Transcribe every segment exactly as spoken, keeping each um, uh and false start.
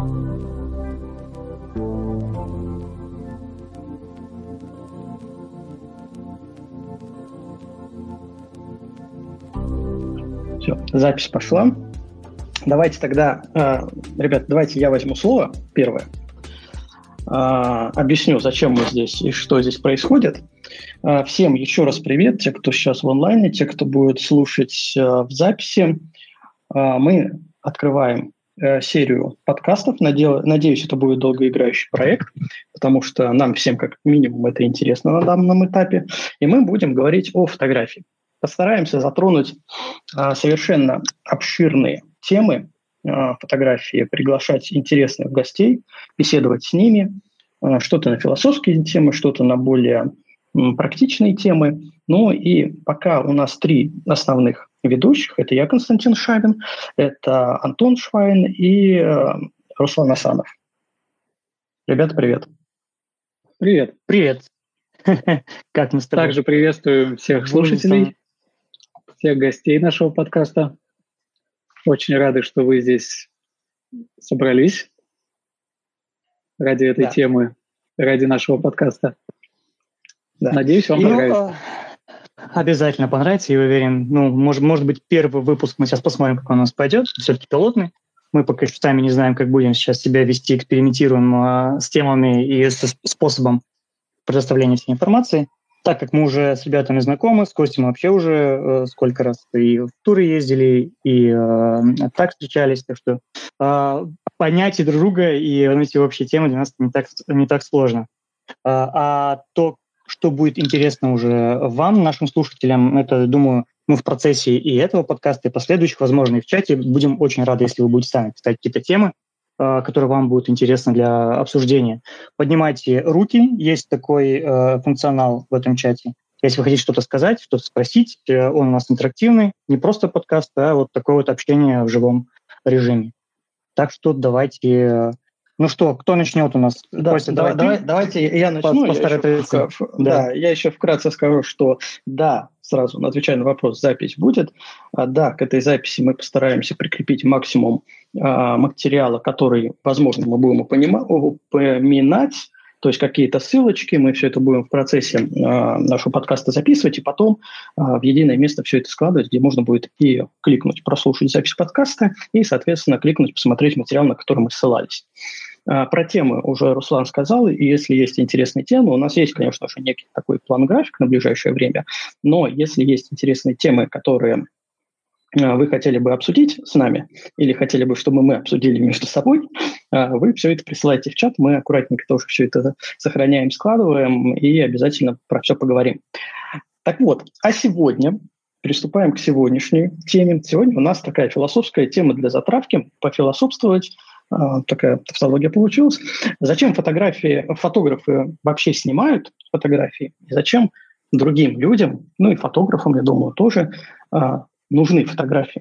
Все, запись пошла. Давайте тогда, э, ребят, давайте я возьму слово первое. Э, объясню, зачем мы здесь и что здесь происходит. Э, всем еще раз привет, те, кто сейчас в онлайне, те, кто будет слушать э, в записи. Э, мы открываем э, серию подкастов. Наде- надеюсь, это будет долгоиграющий проект, потому что нам всем как минимум это интересно на данном этапе. И мы будем говорить о фотографии. Постараемся затронуть а, совершенно обширные темы а, фотографии, приглашать интересных гостей, беседовать с ними, а, что-то на философские темы, что-то на более м, практичные темы. Ну и пока у нас три основных ведущих. Это я, Константин Шабин, это Антон Швайн и а, Руслан Асанов. Ребята, привет. Привет. Привет. Как мы с тобой? Также приветствую всех слушателей, всех гостей нашего подкаста. Очень рады, что вы здесь собрались ради этой да. темы, ради нашего подкаста. Да. Надеюсь, вам и, понравится. Обязательно понравится, я уверен. Ну, может, может быть, первый выпуск мы сейчас посмотрим, как он у нас пойдет. Все-таки пилотный. Мы пока что сами не знаем, как будем сейчас себя вести, экспериментируем а, с темами и с способом предоставления всей информации. Так как мы уже с ребятами знакомы, с Костей мы вообще уже э, сколько раз и в туры ездили, и э, так встречались, так что э, понять друг друга и найти общие темы для нас не так, не так сложно. А, а то, что будет интересно уже вам, нашим слушателям, это, думаю, мы в процессе и этого подкаста, и последующих, возможно, и в чате будем очень рады, если вы будете сами писать какие-то темы, которые вам будут интересны для обсуждения. Поднимайте руки, есть такой э, функционал в этом чате. Если вы хотите что-то сказать, что-то спросить, он у нас интерактивный, не просто подкаст, а вот такое вот общение в живом режиме. Так что давайте... Ну что, кто начнет у нас? Да, Костя, давай, давай, давайте я начну. По, по я, еще в, в, да. Да, я еще вкратце скажу, что да, сразу отвечая на вопрос, запись будет. А, да, к этой записи мы постараемся прикрепить максимум а, материала, который, возможно, мы будем упоминать, то есть какие-то ссылочки, мы все это будем в процессе а, нашего подкаста записывать, и потом а, в единое место все это складывать, где можно будет и кликнуть, прослушать запись подкаста, и, соответственно, кликнуть, посмотреть материал, на который мы ссылались. Про темы уже Руслан сказал, и если есть интересные темы, у нас есть, конечно же, некий такой план-график на ближайшее время, но если есть интересные темы, которые вы хотели бы обсудить с нами, или хотели бы, чтобы мы обсудили между собой, вы все это присылайте в чат, мы аккуратненько тоже все это сохраняем, складываем и обязательно про все поговорим. Так вот, а сегодня приступаем к сегодняшней теме. Сегодня у нас такая философская тема для затравки, пофилософствовать. Такая тавтология получилась. Зачем фотографии, фотографы вообще снимают фотографии? И зачем другим людям, ну и фотографам, я думаю, тоже нужны фотографии?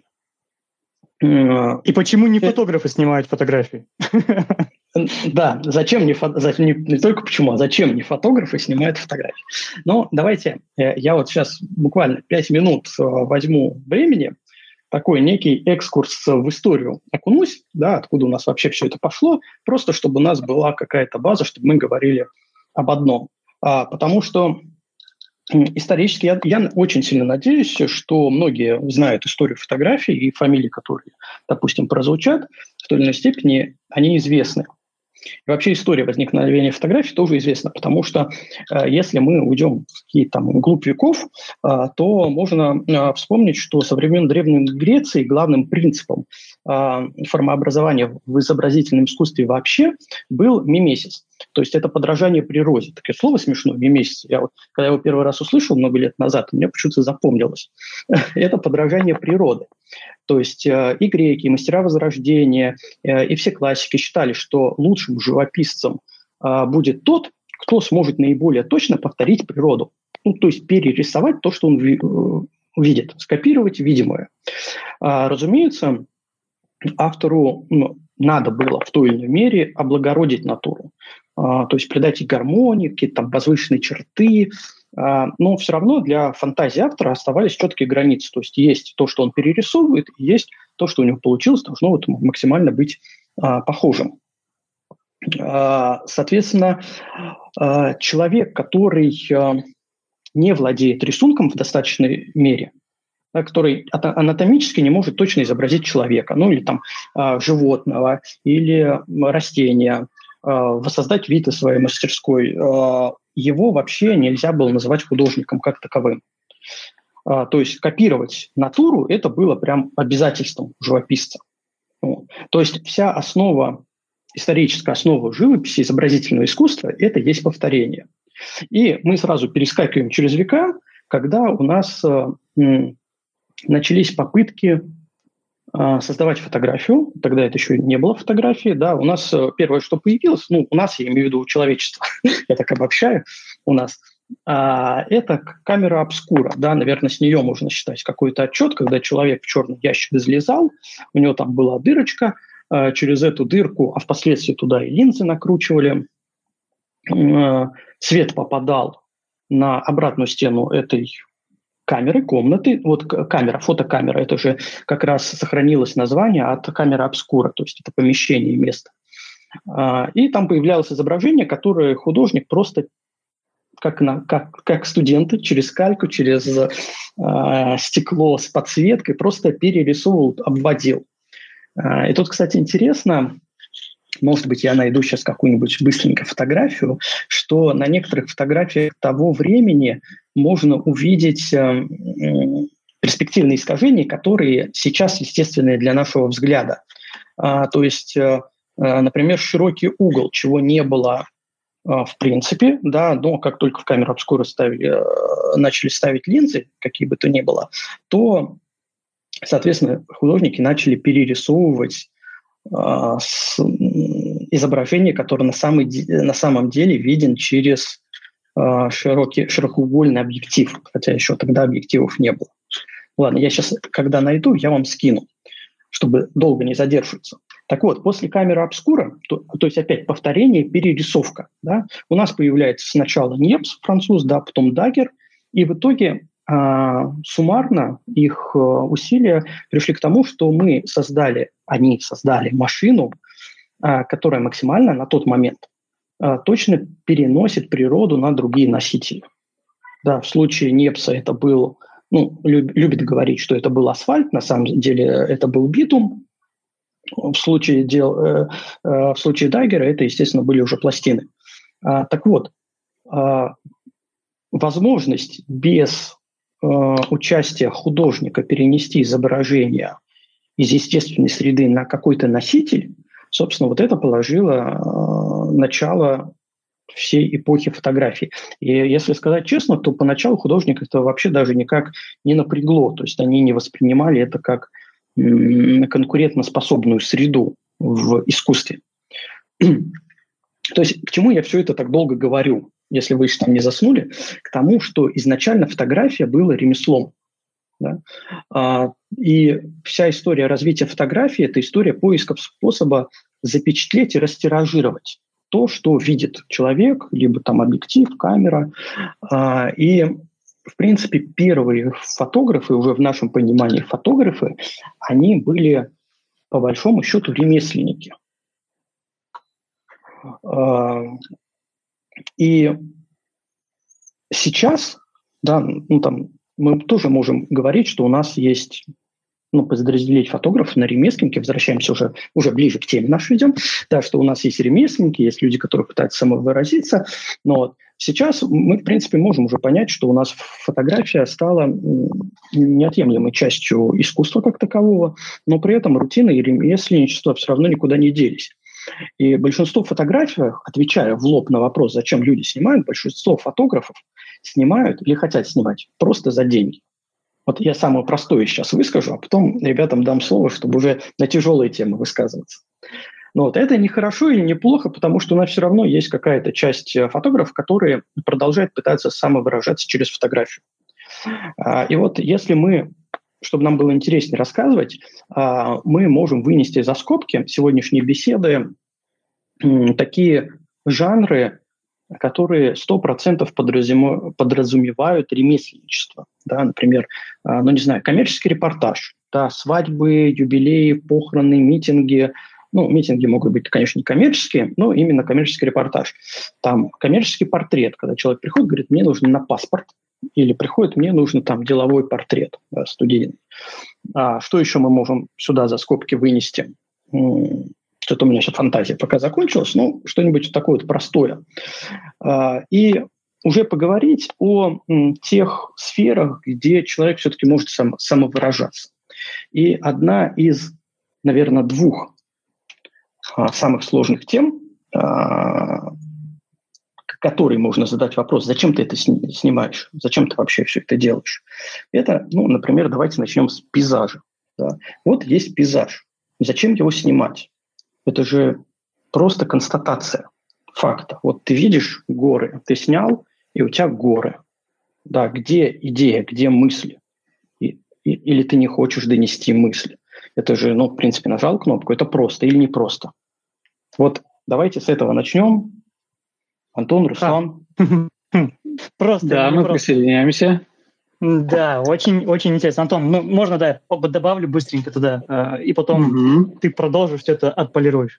И почему не фотографы снимают фотографии? Да, зачем не, фо... не, не только почему, а зачем не фотографы снимают фотографии? Ну, давайте я вот сейчас буквально пять минут возьму времени, такой некий экскурс в историю окунусь, да, откуда у нас вообще все это пошло, просто чтобы у нас была какая-то база, чтобы мы говорили об одном. А, потому что исторически я, я очень сильно надеюсь, что многие знают историю фотографий и фамилии, которые, допустим, прозвучат, в той или иной степени они известны. И вообще история возникновения фотографий тоже известна, потому что э, если мы уйдем в какие-то там глубь веков, э, то можно э, вспомнить, что со времен Древней Греции главным принципом э, формообразования в изобразительном искусстве вообще был мимесис. То есть это подражание природе. Такое слово смешное, мимесис. Я вот, когда его первый раз услышал много лет назад, мне почему-то запомнилось. Это подражание природы. То есть э, и греки, и мастера Возрождения, э, и все классики считали, что лучшим живописцем э, будет тот, кто сможет наиболее точно повторить природу. Ну, то есть перерисовать то, что он ви- видит, скопировать видимое. А, разумеется, автору ну, надо было в той или иной мере облагородить натуру. А, то есть придать ей гармонию, какие-то там возвышенные черты. Но все равно для фантазии автора оставались четкие границы. То есть есть то, что он перерисовывает, и есть то, что у него получилось, должно вот максимально быть а, похожим. Соответственно, человек, который не владеет рисунком в достаточной мере, да, который анатомически не может точно изобразить человека, ну или там животного, или растения, воссоздать вид из своей мастерской, его вообще нельзя было называть художником как таковым. То есть копировать натуру – это было прям обязательством живописца. То есть вся основа, историческая основа живописи, изобразительного искусства – это есть повторение. И мы сразу перескакиваем через века, когда у нас м, начались попытки э, создавать фотографию. Тогда это еще не было фотографии. Да, у нас первое, что появилось, ну, у нас, я имею в виду человечество, я так обобщаю, у нас – это камера обскура, да, наверное, с нее можно считать какой-то отчет, когда человек в черный ящик залезал, у него там была дырочка, через эту дырку, а впоследствии туда и линзы накручивали, свет попадал на обратную стену этой камеры, комнаты. Вот камера, фотокамера, это же как раз сохранилось название от камеры обскура, то есть это помещение, место. И там появлялось изображение, которое художник просто Как, на, как, как студенты через кальку, через э, стекло с подсветкой просто перерисовывал, обводил. Э, и тут, кстати, интересно, может быть, я найду сейчас какую-нибудь быстренько фотографию, что на некоторых фотографиях того времени можно увидеть э, э, перспективные искажения, которые сейчас естественные для нашего взгляда. Э, то есть, э, например, широкий угол, чего не было в принципе, да, но как только в камеру обскура ставили, начали ставить линзы, какие бы то ни было, то, соответственно, художники начали перерисовывать э, с, изображение, которое на, самый, на самом деле виден через э, широкий, широкоугольный объектив, хотя еще тогда объективов не было. Ладно, я сейчас, когда найду, я вам скину, чтобы долго не задерживаться. Так вот, после камеры обскура, то, то есть опять повторение, перерисовка, да, у нас появляется сначала Непс, француз, да, потом Дагер, и в итоге э, суммарно их э, усилия пришли к тому, что мы создали, они создали машину, э, которая максимально на тот момент э, точно переносит природу на другие носители. Да, в случае Непса это был, ну, люб, любит говорить, что это был асфальт, на самом деле это был битум. В случае, дел, э, э, в случае Даггера это, естественно, были уже пластины. А, так вот, а, возможность без а, участия художника перенести изображение из естественной среды на какой-то носитель, собственно, вот это положило а, начало всей эпохи фотографии. И если сказать честно, то поначалу художник это вообще даже никак не напрягло, то есть они не воспринимали это как конкурентоспособную среду в искусстве. То есть к чему я все это так долго говорю, если вы еще там не заснули? К тому, что изначально фотография была ремеслом. Да? А, и вся история развития фотографии – это история поиска способа запечатлеть и растиражировать то, что видит человек, либо там объектив, камера. А, и в принципе, первые фотографы, уже в нашем понимании фотографы, они были, по большому счету, ремесленники. И сейчас, да, ну, там, мы тоже можем говорить, что у нас есть, ну, подразделить фотографов на ремесленники, возвращаемся уже, уже ближе к теме нашей идем, да, что у нас есть ремесленники, есть люди, которые пытаются самовыразиться, но вот сейчас мы, в принципе, можем уже понять, что у нас фотография стала неотъемлемой частью искусства как такового, но при этом рутина и ремесленничество все равно никуда не делись. И большинство фотографий, отвечая в лоб на вопрос, зачем люди снимают, большинство фотографов снимают или хотят снимать просто за деньги. Вот я самое простое сейчас выскажу, а потом ребятам дам слово, чтобы уже на тяжелые темы высказываться. Но вот это не хорошо или не плохо, потому что у нас все равно есть какая-то часть фотографов, которые продолжают пытаться самовыражаться через фотографию. И вот если мы, чтобы нам было интереснее рассказывать, мы можем вынести за скобки сегодняшней беседы такие жанры, которые сто процентов подразумевают ремесленничество. Да, например, ну не знаю, коммерческий репортаж, да, свадьбы, юбилеи, похороны, митинги, Ну, митинги могут быть, конечно, не коммерческие, но именно коммерческий репортаж. Там коммерческий портрет, когда человек приходит, говорит, мне нужно на паспорт, или приходит, мне нужно там деловой портрет, да, студийный. А что еще мы можем сюда за скобки вынести? Что-то у меня сейчас фантазия пока закончилась, но что-нибудь такое вот простое. И уже поговорить о тех сферах, где человек все-таки может сам, самовыражаться. И одна из, наверное, двух самых сложных тем, которой можно задать вопрос, зачем ты это снимаешь, зачем ты вообще все это делаешь. Это, ну, например, давайте начнем с пейзажа. Да. Вот есть пейзаж. Зачем его снимать? Это же просто констатация факта. Вот ты видишь горы, ты снял, и у тебя горы. Да, где идея, где мысли? И, и, или ты не хочешь донести мысли? Это же, ну, в принципе, нажал кнопку, это просто или не просто. Вот давайте с этого начнем. Антон, Руслан. Просто. Да, мы присоединяемся. Да, очень, очень интересно. Антон, ну, можно, да, добавлю быстренько туда, и потом угу. ты продолжишь все это, отполируешь.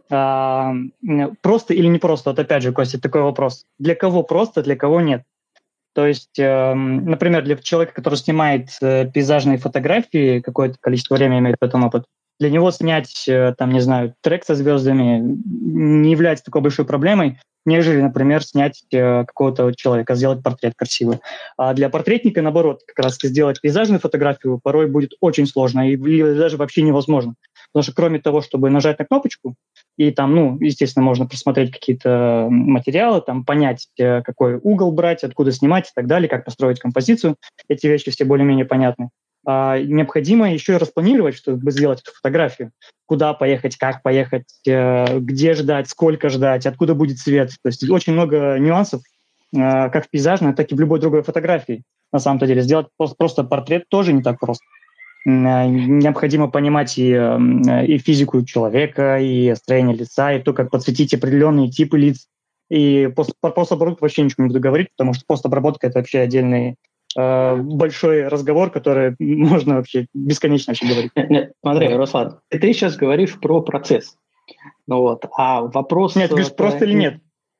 А, просто или не просто? Вот опять же, Костя, такой вопрос. Для кого просто, для кого нет? То есть, э, например, для человека, который снимает э, пейзажные фотографии, какое-то количество времени имеет в этом опыт, для него снять, э, там, не знаю, трек со звездами не является такой большой проблемой, нежели, например, снять э, какого-то человека, сделать портрет красивый. А для портретника, наоборот, как раз сделать пейзажную фотографию порой будет очень сложно и, и даже вообще невозможно. Потому что кроме того, чтобы нажать на кнопочку, и там, ну, естественно, можно просмотреть какие-то материалы, там, понять, э, какой угол брать, откуда снимать и так далее, как построить композицию, эти вещи все более-менее понятны. А необходимо еще и распланировать, чтобы сделать эту фотографию. Куда поехать, как поехать, э, где ждать, сколько ждать, откуда будет свет. То есть очень много нюансов, э, как в пейзажной, так и в любой другой фотографии. На самом-то деле сделать просто, просто портрет тоже не так просто. Э, необходимо понимать и, э, и физику человека, и строение лица, и то, как подсветить определенные типы лиц. И пост, про постобработку вообще ничего не буду говорить, потому что постобработка – это вообще отдельный большой разговор, который можно вообще бесконечно вообще говорить. Нет, нет, смотри, Руслан, ты сейчас говоришь про процесс. Ну вот, а вопрос... Нет, ты говоришь, про... просто или нет?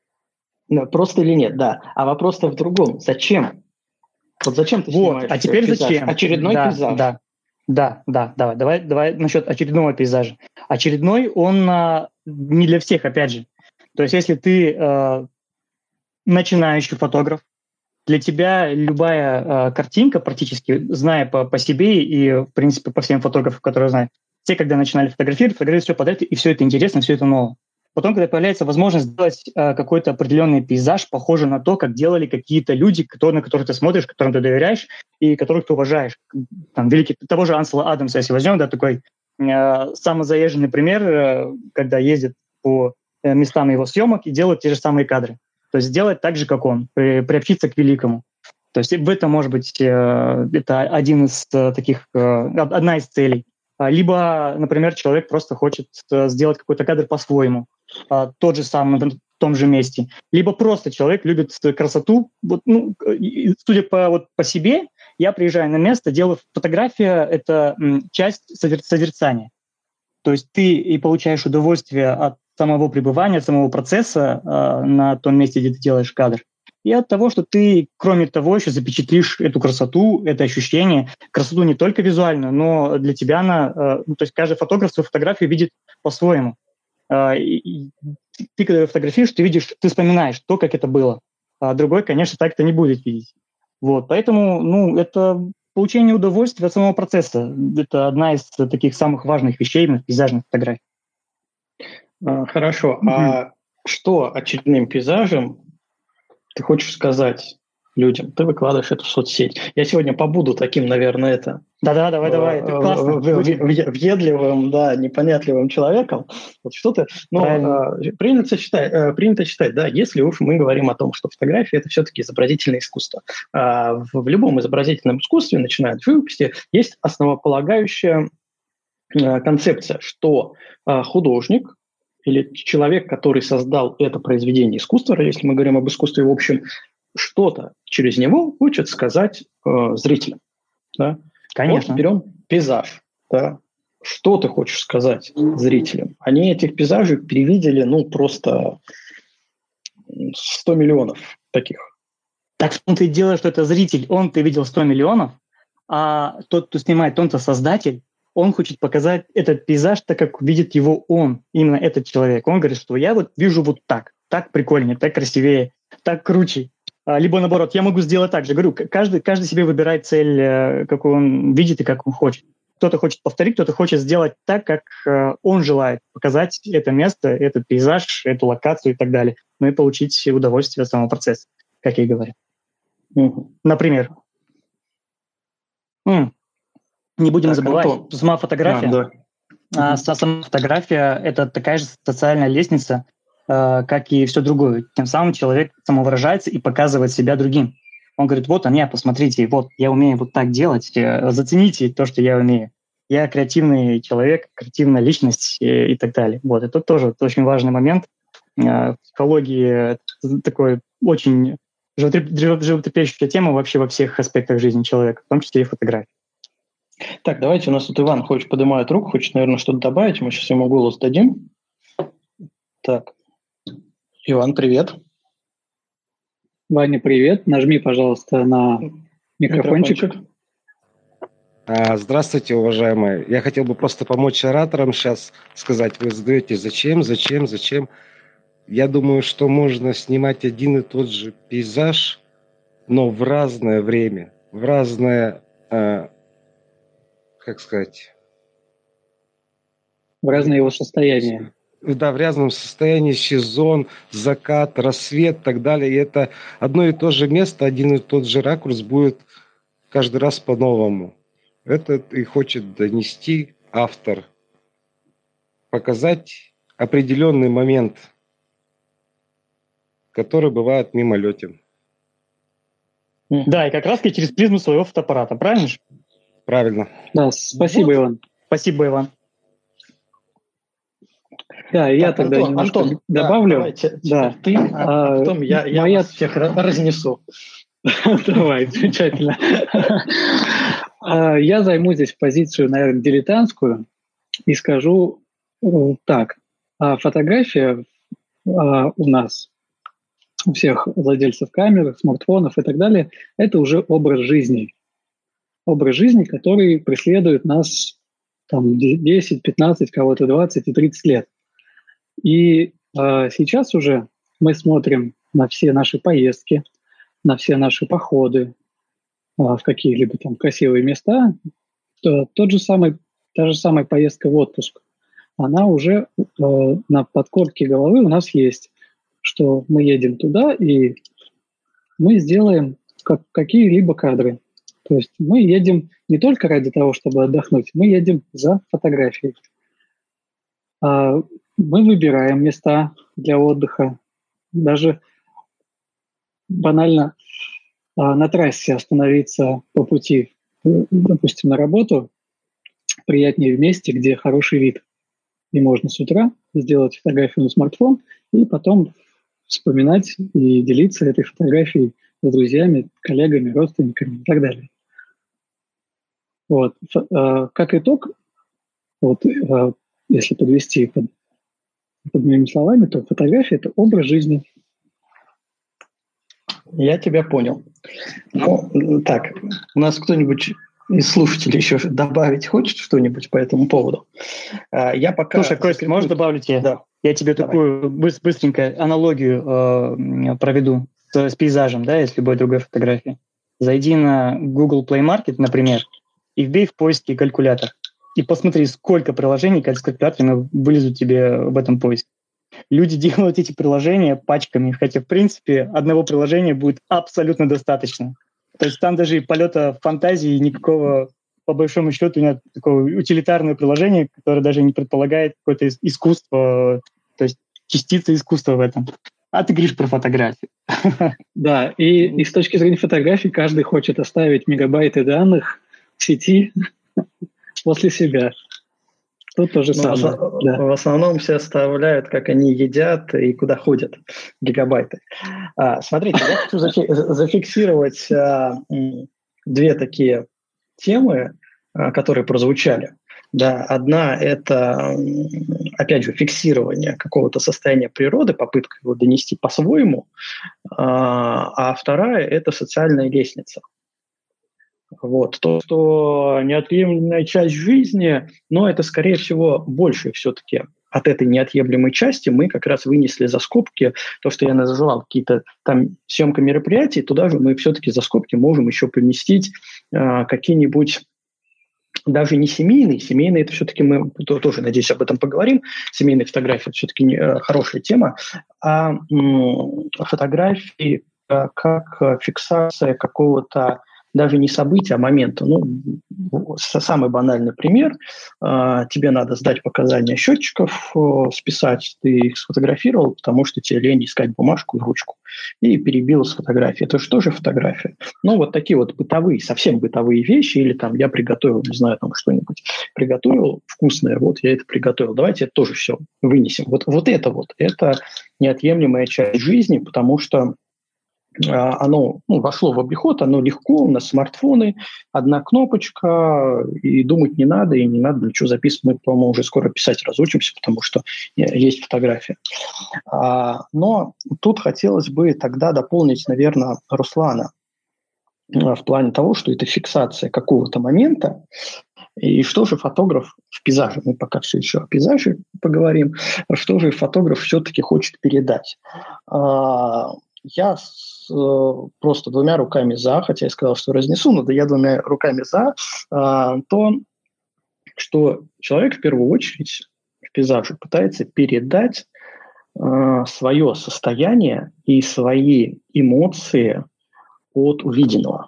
Ну, просто или нет, да. А вопрос-то в другом. Зачем? Вот зачем ты вот, снимаешь а теперь пейзаж? Зачем? Очередной да, пейзаж. Да, да, да, давай, давай, давай насчет очередного пейзажа. Очередной, он а, не для всех, опять же. То есть если ты а, начинающий фотограф, для тебя любая э, картинка, практически, зная по, по себе и, в принципе, по всем фотографам, которые я знаю, все, когда начинали фотографировать, фотографировать все подряд, и все это интересно, все это ново. Потом, когда появляется возможность сделать э, какой-то определенный пейзаж, похожий на то, как делали какие-то люди, которые, на которых ты смотришь, которым ты доверяешь и которых ты уважаешь. Там, великий, того же Ансела Адамса, если возьмем, да, такой э, самозаезженный пример, э, когда ездит по э, местам его съемок и делают те же самые кадры. То есть сделать так же, как он, при, приобщиться к великому. То есть в этом, может быть, э, это один из э, таких, э, одна из целей. Либо, например, человек просто хочет э, сделать какой-то кадр по-своему, э, тот же самый, в том же месте. Либо просто человек любит красоту. Вот, ну, судя по, вот, по себе, я приезжаю на место, делаю фотография – это м, часть созер- созерцания. То есть ты и получаешь удовольствие от самого пребывания, от самого процесса э, на том месте, где ты делаешь кадр. И от того, что ты, кроме того, еще запечатлишь эту красоту, это ощущение, красоту не только визуальную, но для тебя она, э, ну, то есть каждый фотограф свою фотографию видит по-своему. Э, и ты, когда фотографируешь, ты видишь, ты вспоминаешь то, как это было. А другой, конечно, так это не будет видеть. Вот, поэтому, ну, это получение удовольствия от самого процесса. Это одна из таких самых важных вещей в пейзажной фотографии. Хорошо. Mm-hmm. А что очередным пейзажем ты хочешь сказать людям? Ты выкладываешь это в соцсеть. Я сегодня побуду таким, наверное, это... Да-да, давай-давай, это классно. Въедливым, да, непонятливым человеком. Вот что-то... Но э, принято, считать, э, принято считать, да, если уж мы говорим о том, что фотография – это все-таки изобразительное искусство. А в, в любом изобразительном искусстве, начиная от живописи, есть основополагающая э, концепция, что э, художник или человек, который создал это произведение искусства, если мы говорим об искусстве в общем, что-то через него хочет сказать э, зрителям. Да? Конечно. Вот берем пейзаж. Да? что ты хочешь сказать зрителям? Они этих пейзажей перевидели, ну, просто сто миллионов таких. Так в том-то и дело, что это зритель, он-то видел сто миллионов, а тот, кто снимает, он-то создатель, он хочет показать этот пейзаж так, как видит его он, именно этот человек. Он говорит, что я вот вижу вот так, так прикольнее, так красивее, так круче. Либо наоборот, я могу сделать так же. Говорю, каждый, каждый себе выбирает цель, какую он видит и как он хочет. Кто-то хочет повторить, кто-то хочет сделать так, как он желает, показать это место, этот пейзаж, эту локацию и так далее. Ну и получить удовольствие от самого процесса, как я и говорю. Mm-hmm. Например, mm. не будем так, забывать, Антон. Сама фотография, а, да. а, сама фотография – это такая же социальная лестница, а, как и все другое. Тем самым человек самовыражается и показывает себя другим. Он говорит, вот он я, посмотрите, вот я умею вот так делать, зацените то, что я умею. Я креативный человек, креативная личность и, и так далее. Вот, это тоже очень важный момент. В психологии такой очень животрепещущая тема вообще во всех аспектах жизни человека, в том числе и фотографии. Так, давайте, у нас тут Иван хочет, поднимает руку, хочет, наверное, что-то добавить, мы сейчас ему голос дадим. Так, Иван, привет. Ваня, привет. Нажми, пожалуйста, на микрофончик. микрофончик. Здравствуйте, уважаемые. Я хотел бы просто помочь ораторам сейчас сказать. Вы задаете, зачем, зачем, зачем. Я думаю, что можно снимать один и тот же пейзаж, но в разное время, в разное, э, как сказать... В разное его состояние. Да, в разном состоянии, сезон, закат, рассвет и так далее. И это одно и то же место, один и тот же ракурс будет каждый раз по-новому. Это и хочет донести автор. Показать определенный момент, который бывает мимолетен. Да, и как раз таки через призму своего фотоаппарата, правильно же? Правильно. Да, спасибо, вот. Иван. Спасибо, Иван. Да, так, я тогда Антон, немножко Антон, добавлю. Да, давайте, да. Ты, а, а потом я, я моя... вас всех разнесу. Давай, замечательно. Я займу здесь позицию, наверное, дилетантскую и скажу так. Фотография у нас, у всех владельцев камер, смартфонов и так далее, это уже образ жизни. Образ жизни, который преследует нас там, десять, пятнадцать, кого-то двадцать и тридцать лет. И э, сейчас уже мы смотрим на все наши поездки, на все наши походы э, в какие-либо там красивые места. То, тот же самый, та же самая поездка в отпуск, она уже э, на подкорке головы у нас есть, что мы едем туда, и мы сделаем как, какие-либо кадры. То есть мы едем не только ради того, чтобы отдохнуть, мы едем за фотографией. А, мы выбираем места для отдыха. Даже банально а, на трассе остановиться по пути, допустим, на работу, приятнее в месте, где хороший вид. И можно с утра сделать фотографию на смартфон и потом вспоминать и делиться этой фотографией с друзьями, коллегами, родственниками и так далее. Вот. Как итог, вот, если подвести под, под моими словами, то фотография – это образ жизни. Я тебя понял. Ну, так, у нас кто-нибудь из слушателей еще добавить хочет что-нибудь по этому поводу? Я пока... Слушай, Костя, можешь добавить я? Да. Я тебе Давай. такую быстренько аналогию э, проведу с, с пейзажем, да, и с любой другой фотографией. Зайди на Google Play Market, например, и вбей в поиске калькулятор. И посмотри, сколько приложений с калькуляторами вылезут тебе в этом поиске. Люди делают эти приложения пачками, хотя, в принципе, одного приложения будет абсолютно достаточно. То есть там даже и полета фантазии никакого, по большому счету, нет такого утилитарного приложения, которое даже не предполагает какое-то искусство, то есть частица искусства в этом. А ты говоришь про фотографию. Да, и, и с точки зрения фотографий каждый хочет оставить мегабайты данных в сети после себя. Тут то же самое. В, да. в основном все оставляют, как они едят и куда ходят гигабайты. А, смотрите, я хочу зафи- зафиксировать а, две такие темы, а, которые прозвучали. Да, одна – это, опять же, фиксирование какого-то состояния природы, попытка его донести по-своему, а вторая – это социальная лестница. Вот. То, что неотъемлемая часть жизни, но это, скорее всего, больше все-таки от этой неотъемлемой части мы как раз вынесли за скобки то, что я называл какие-то там съемка мероприятий, туда же мы все-таки за скобки можем еще поместить э, какие-нибудь даже не семейные, семейные это все-таки мы тоже, надеюсь, об этом поговорим, семейные фотографии это все-таки не, э, хорошая тема, а м, фотографии э, как фиксация какого-то даже не события, а момента. Ну, самый банальный пример. Тебе надо сдать показания счетчиков, списать, ты их сфотографировал, потому что тебе лень искать бумажку и ручку. И перебил с фотографией. Это же тоже фотография. Ну, вот такие вот бытовые, совсем бытовые вещи. Или там я приготовил, не знаю, там что-нибудь приготовил вкусное, вот я это приготовил. Давайте это тоже все вынесем. Вот, вот это вот, это неотъемлемая часть жизни, потому что оно ну, вошло в обиход, оно легко, у нас смартфоны, одна кнопочка, и думать не надо, и не надо ничего записывать. Мы, по-моему, уже скоро писать разучимся, потому что есть фотография. Но тут хотелось бы тогда дополнить, наверное, Руслана в плане того, что это фиксация какого-то момента, и что же фотограф в пейзаже, мы пока все еще о пейзаже поговорим, что же фотограф все-таки хочет передать. Я с, э, просто двумя руками за, хотя я сказал, что разнесу, но да я двумя руками за, э, то, что человек в первую очередь в пейзаже пытается передать э, свое состояние и свои эмоции от увиденного.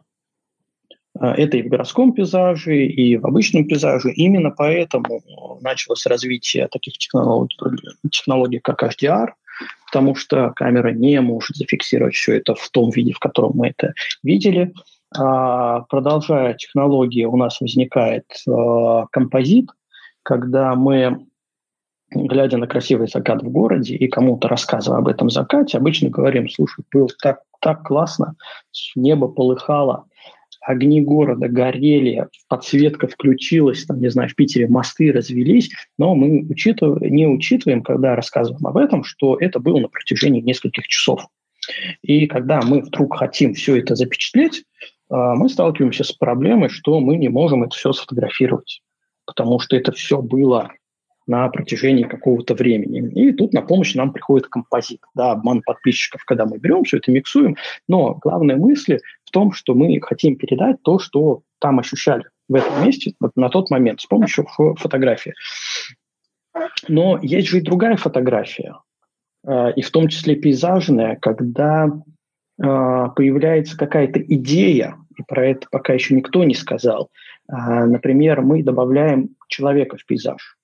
Это и в городском пейзаже, и в обычном пейзаже. Именно поэтому началось развитие таких технологий, технологий как эйч ди ар, потому что камера не может зафиксировать все это в том виде, в котором мы это видели. А, продолжая технологии, у нас возникает а, композит, когда мы, глядя на красивый закат в городе и кому-то рассказывая об этом закате, обычно говорим: слушай, было так, так классно, небо полыхало, огни города горели, подсветка включилась, там, не знаю, в Питере мосты развелись, но мы учитываем, не учитываем, когда рассказываем об этом, что это было на протяжении нескольких часов. И когда мы вдруг хотим все это запечатлеть, мы сталкиваемся с проблемой, что мы не можем это все сфотографировать, потому что это все было на протяжении какого-то времени. И тут на помощь нам приходит композит, да, обман подписчиков, когда мы берем все это, миксуем, но главная мысль в том, что мы хотим передать то, что там ощущали в этом месте вот на тот момент с помощью фотографии. Но есть же и другая фотография, и в том числе пейзажная, когда появляется какая-то идея, и про это пока еще никто не сказал. Например, мы добавляем человека в пейзаж.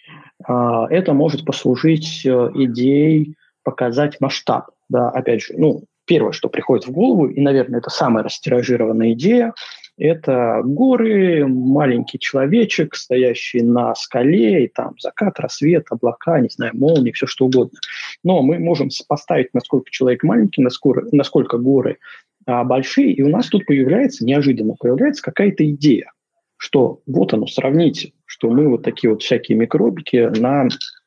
Это может послужить идеей показать масштаб. Да, опять же, ну, первое, что приходит в голову, и, наверное, это самая растиражированная идея, это горы, маленький человечек, стоящий на скале, и там закат, рассвет, облака, не знаю, молнии, все что угодно. Но мы можем сопоставить, насколько человек маленький, насколько, насколько горы а, большие, и у нас тут появляется, неожиданно появляется какая-то идея, что вот оно, сравните, что мы вот такие вот всякие микробики на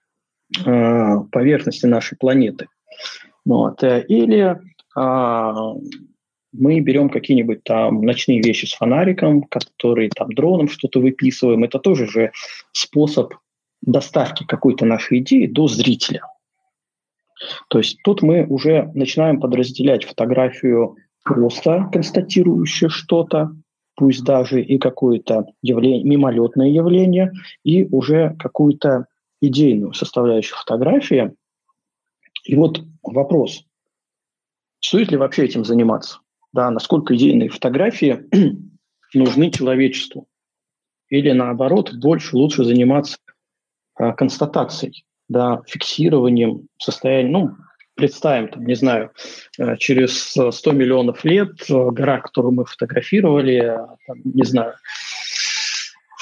э, поверхности нашей планеты. Вот. Или э, мы берем какие-нибудь там ночные вещи с фонариком, которые там дроном что-то выписываем. Это тоже же способ доставки какой-то нашей идеи до зрителя. То есть тут мы уже начинаем подразделять фотографию просто констатирующую что-то, пусть даже и какое-то явление, мимолетное явление, и уже какую-то идейную составляющую фотографии. И вот вопрос, стоит ли вообще этим заниматься? Да, насколько идейные фотографии нужны человечеству? Или наоборот, больше лучше заниматься а, констатацией, да, фиксированием состояния, ну, представим, там, не знаю, через сто миллионов лет гора, которую мы фотографировали, там, не знаю,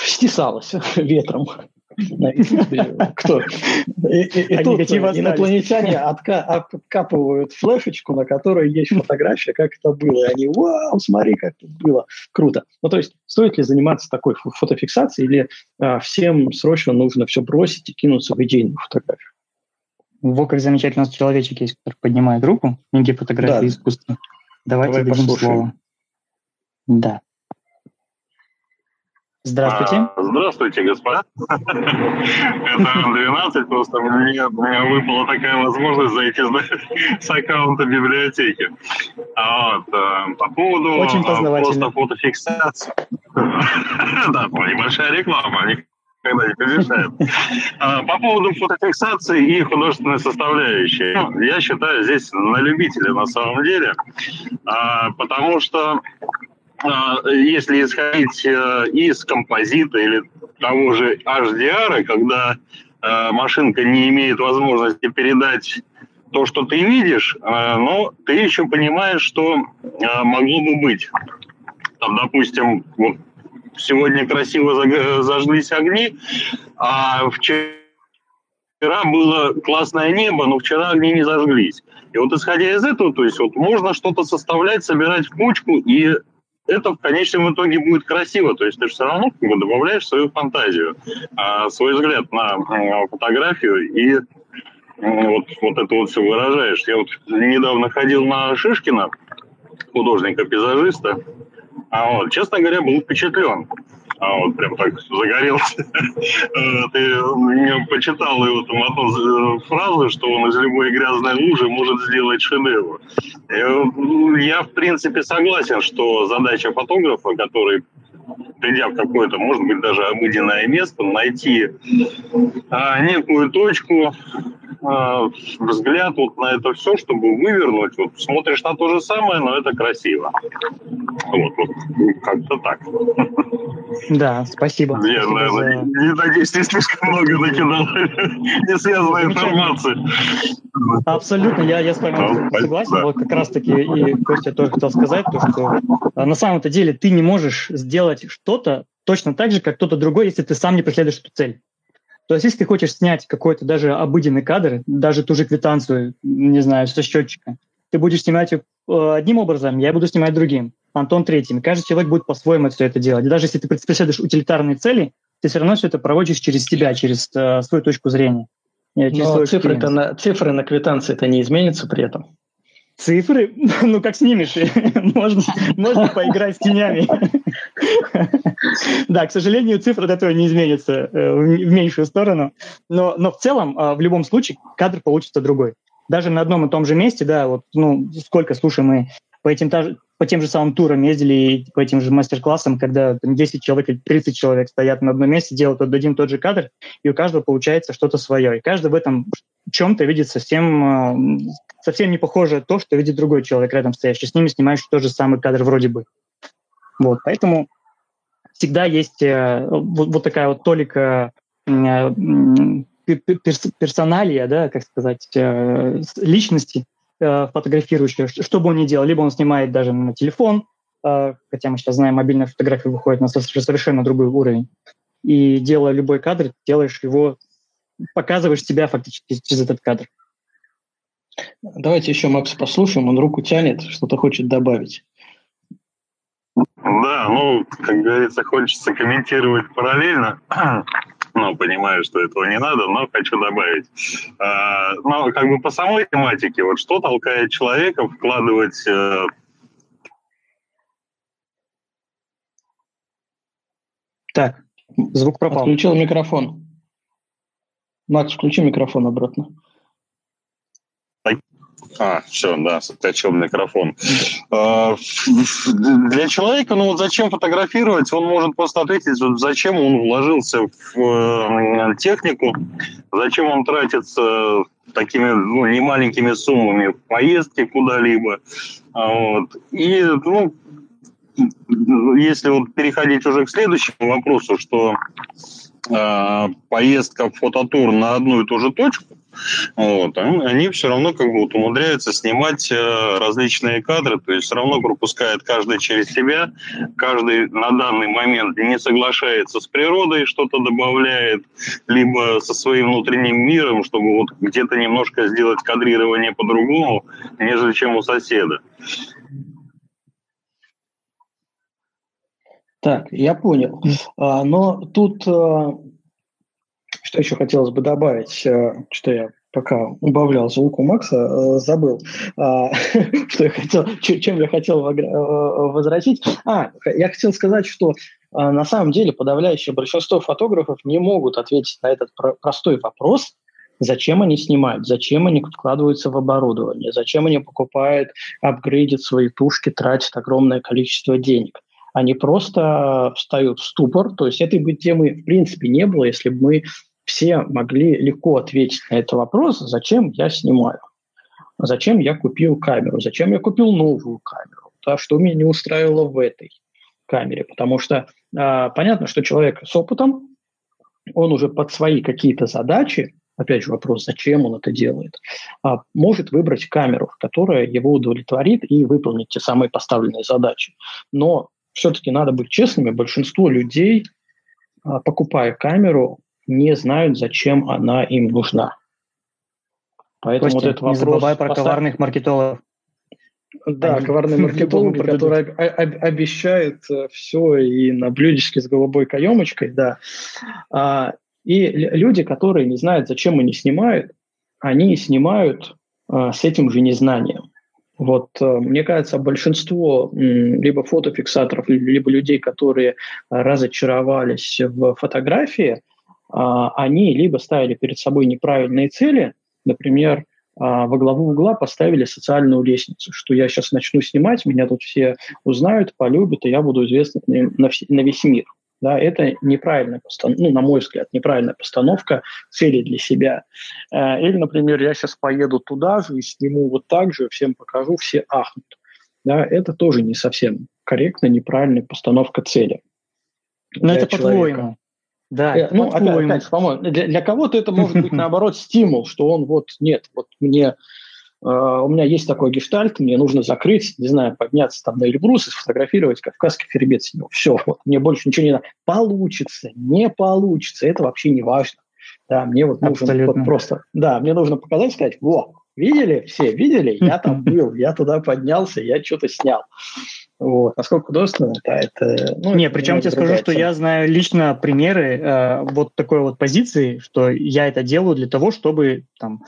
стесалось ветром. Кто? И, и, и тут инопланетяне отка- откапывают флешечку, на которой есть фотография, как это было. И они, вау, смотри, как это было. Круто. Ну, то есть, стоит ли заниматься такой фотофиксацией, или а, всем срочно нужно все бросить и кинуться в идейную фотографию? Вот как замечательно, у нас человечек есть, который поднимает руку в книге фотографии да. искусства. Давайте Давай дадим послушаем. слово. Да. Здравствуйте. А, здравствуйте, господа. Это двенадцать, просто мне, мне выпала такая возможность зайти с аккаунта библиотеки. А вот, по поводу Очень просто фотофиксации. Да, небольшая реклама, никогда не помешает. По поводу фотофиксации и художественной составляющей. Я считаю, здесь на любителя на самом деле, потому что если исходить из композита или того же эйч ди ар, когда машинка не имеет возможности передать то, что ты видишь, но ты еще понимаешь, что могло бы быть. Там, допустим, вот сегодня красиво зажглись огни, а вчера было классное небо, но вчера огни не зажглись. И вот исходя из этого, то есть вот можно что-то составлять, собирать в кучку, и это в конечном итоге будет красиво. То есть ты же все равно как бы добавляешь свою фантазию, свой взгляд на фотографию, и вот, вот это вот все выражаешь. Я вот недавно ходил на Шишкина, художника-пейзажиста, а вот, честно говоря, был впечатлен. А вот прям так загорелся. Ты почитал его там одну фразу, что он из любой грязной лужи может сделать шедевр. Я, в принципе, согласен, что задача фотографа, который, придя в какое-то, может быть, даже обыденное место, найти а, некую точку, а, взгляд вот на это все, чтобы вывернуть. Вот смотришь на то же самое, но это красиво. Вот, вот как-то так. Да, спасибо. Я, спасибо наверное, за... не, не надеюсь, не слишком много накидал не связанной информации. Абсолютно, я, я с вами ну, согласен. Да. Вот как раз-таки и Костя тоже хотел сказать, то, что а, на самом-то деле ты не можешь сделать что-то точно так же, как кто-то другой, если ты сам не преследуешь эту цель. То есть если ты хочешь снять какой-то даже обыденный кадр, даже ту же квитанцию, не знаю, со счетчика, ты будешь снимать одним образом, я буду снимать другим, Антон третьим. Каждый человек будет по-своему все это делать. И даже если ты преследуешь утилитарные цели, ты все равно все это проводишь через себя, через uh, свою точку зрения. Но цифры, на, цифры на квитанции-то не изменятся при этом? Цифры? Ну, как снимешь? можно, можно поиграть с тенями. Да, к сожалению, цифры от этого не изменятся в меньшую сторону. Но, но в целом, в любом случае, кадр получится другой. Даже на одном и том же месте, да, вот, ну, сколько, слушай, мы по этим, по тем же самым турам ездили и по этим же мастер-классам, когда там, десять человек или тридцать человек стоят на одном месте, делают один тот же кадр, и у каждого получается что-то свое. И каждый в этом чем-то видит совсем, совсем не похоже то, что видит другой человек рядом стоящий. С ними снимаешь тот же самый кадр вроде бы. Вот, поэтому всегда есть э, вот, вот такая вот толика э, персоналия, да, как сказать, э, личности, фотографирующего, что бы он ни делал. Либо он снимает даже на телефон, хотя мы сейчас знаем, мобильная фотография выходит на совершенно другой уровень. И делая любой кадр, делаешь его, показываешь себя фактически через этот кадр. Давайте еще Макса послушаем, он руку тянет, что-то хочет добавить. Да, ну, как говорится, хочется комментировать параллельно. Ну, понимаю, что этого не надо, но хочу добавить. А, ну, как бы по самой тематике, вот что толкает человека вкладывать... Э... Так, звук пропал. Отключил микрофон. Макс, включи микрофон обратно. А, все, да, скачал микрофон. А, для человека, ну вот зачем фотографировать, он может просто ответить, зачем он вложился в технику, зачем он тратится такими, ну, немаленькими суммами в поездки куда-либо. Вот. И, ну, если вот переходить уже к следующему вопросу, что э, поездка в фототур на одну и ту же точку, вот, они все равно как бы вот умудряются снимать различные кадры, то есть все равно пропускает каждый через себя, каждый на данный момент не соглашается с природой, что-то добавляет, либо со своим внутренним миром, чтобы вот где-то немножко сделать кадрирование по-другому, нежели чем у соседа. Так, я понял. А, но тут, а, что еще хотелось бы добавить, а, что я пока убавлял звук у Макса, а, забыл, а, что я хотел, чем я хотел возразить. А, я хотел сказать, что а, на самом деле подавляющее большинство фотографов не могут ответить на этот про- простой вопрос, зачем они снимают, зачем они вкладываются в оборудование, зачем они покупают, апгрейдят свои тушки, тратят огромное количество денег. Они просто встают в ступор. То есть этой бы темы в принципе не было, если бы мы все могли легко ответить на этот вопрос, зачем я снимаю, зачем я купил камеру, зачем я купил новую камеру, да, что меня не устраивало в этой камере. Потому что а, понятно, что человек с опытом, он уже под свои какие-то задачи, опять же вопрос, зачем он это делает, а, может выбрать камеру, которая его удовлетворит и выполнит те самые поставленные задачи. Но все-таки надо быть честными, большинство людей, покупая камеру, не знают, зачем она им нужна. Поэтому Костя, вот этот не вопрос... забывай про поставь... коварных маркетологов. Да, Они... коварные маркетологи, которые об, об, обещают все и на блюдечке с голубой каемочкой, да. А, и люди, которые не знают, зачем они снимают, они снимают а, с этим же незнанием. Вот, мне кажется, большинство либо фотофиксаторов, либо людей, которые разочаровались в фотографии, они либо ставили перед собой неправильные цели, например, во главу угла поставили социальную лестницу, что я сейчас начну снимать, меня тут все узнают, полюбят, и я буду известен на весь мир. Да, это неправильная постановка, ну, на мой взгляд, неправильная постановка цели для себя. Или, например, я сейчас поеду туда же и сниму вот так же, всем покажу, все ахнут. Да, это тоже не совсем корректно, неправильная постановка цели. Но это по-твоему. Да, э, ну, опять, опять, по-моему, для, для кого-то это может быть, наоборот, стимул, что он вот, нет, вот мне... Uh, у меня есть такой гештальт, мне нужно закрыть, не знаю, подняться там на Эльбрус и сфотографировать кавказский хребет с него. Все, вот, мне больше ничего не надо. Получится, не получится, это вообще не важно. Да, мне вот нужно вот просто, да, мне нужно показать, сказать, во, видели все, видели, я там был, я туда поднялся, я что-то снял. Вот. Насколько художественно, да, это... Ну, не, это причем я тебе скажу, что я знаю лично примеры э, вот такой вот позиции, что я это делаю для того, чтобы там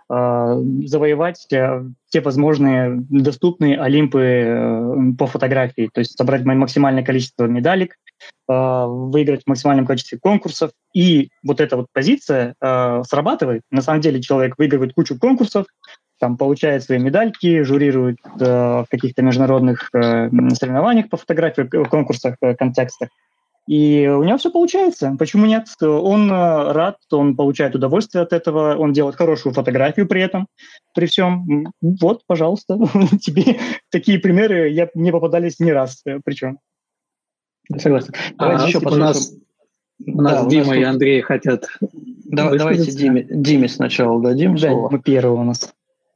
завоевать те возможные доступные олимпы по фотографии, то есть собрать максимальное количество медалек, выиграть в максимальном количестве конкурсов. И вот эта вот позиция срабатывает. На самом деле человек выигрывает кучу конкурсов, там получает свои медальки, жюрирует в каких-то международных соревнованиях по фотографии, конкурсах, контекстах. И у него все получается. Почему нет? Он рад, он получает удовольствие от этого, он делает хорошую фотографию при этом, при всем. Вот, пожалуйста, тебе такие примеры я, мне попадались не раз, причем. Согласен. Давайте а, еще у нас, у нас да, Дима у нас и тут... Андрей хотят. Давай, давайте Диме, Диме сначала дадим да, слово. Мы первый у нас.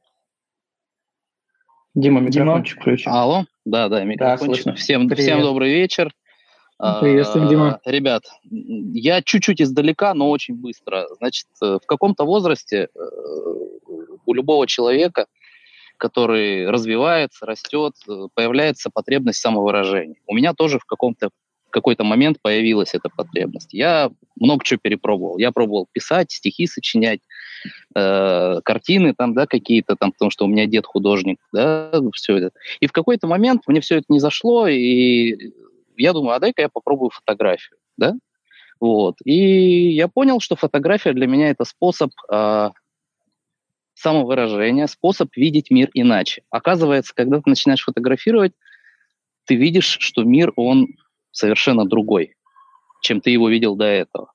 Дима, микрофончик включи. Алло, да, да, микрофончик. Да, всем, всем добрый вечер. Приветствуем, Дима. Ребят, я чуть-чуть издалека, но очень быстро. Значит, в каком-то возрасте у любого человека, который развивается, растет, появляется потребность самовыражения. У меня тоже в каком-то в какой-то момент появилась эта потребность. Я много чего перепробовал. Я пробовал писать, стихи сочинять, э, картины там, да, какие-то там, потому что у меня дед художник, да, все это. И в какой-то момент мне все это не зашло, и я думаю, а дай-ка я попробую фотографию, да? Вот. И я понял, что фотография для меня это способ э, самовыражения, способ видеть мир иначе. Оказывается, когда ты начинаешь фотографировать, ты видишь, что мир, он совершенно другой, чем ты его видел до этого.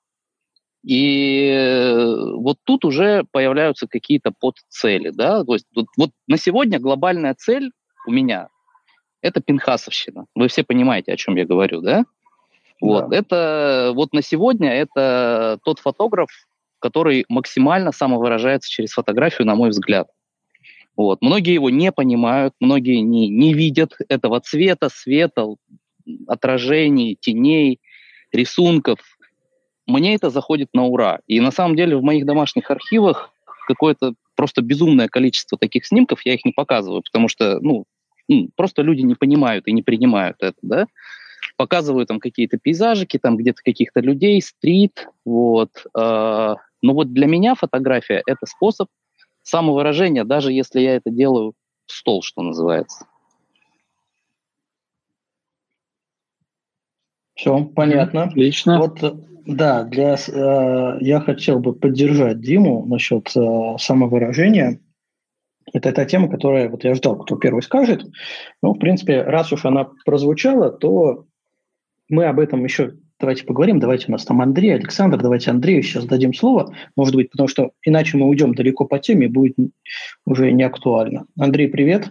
И вот тут уже появляются какие-то подцели, да? То есть вот, вот на сегодня глобальная цель у меня – это пинхасовщина. Вы все понимаете, о чем я говорю, да? Вот, да. Это вот на сегодня это тот фотограф, который максимально самовыражается через фотографию, на мой взгляд. Вот. Многие его не понимают, многие не, не видят этого цвета, света, отражений, теней, рисунков. Мне это заходит на ура. И на самом деле в моих домашних архивах какое-то просто безумное количество таких снимков, я их не показываю, потому что, ну, просто люди не понимают и не принимают это, да. Показываю там какие-то пейзажики, там где-то каких-то людей, стрит, вот. Но вот для меня фотография – это способ самовыражения, даже если я это делаю в стол, что называется. Все, понятно. Отлично. Вот, да, для, э, я хотел бы поддержать Диму насчет э, самовыражения. Это та тема, которая, вот я ждал, кто первый скажет. Ну, в принципе, раз уж она прозвучала, то мы об этом еще давайте поговорим. Давайте у нас там Андрей, Александр, давайте Андрею сейчас дадим слово, может быть, потому что иначе мы уйдем далеко по теме, и будет уже не актуально. Андрей, привет.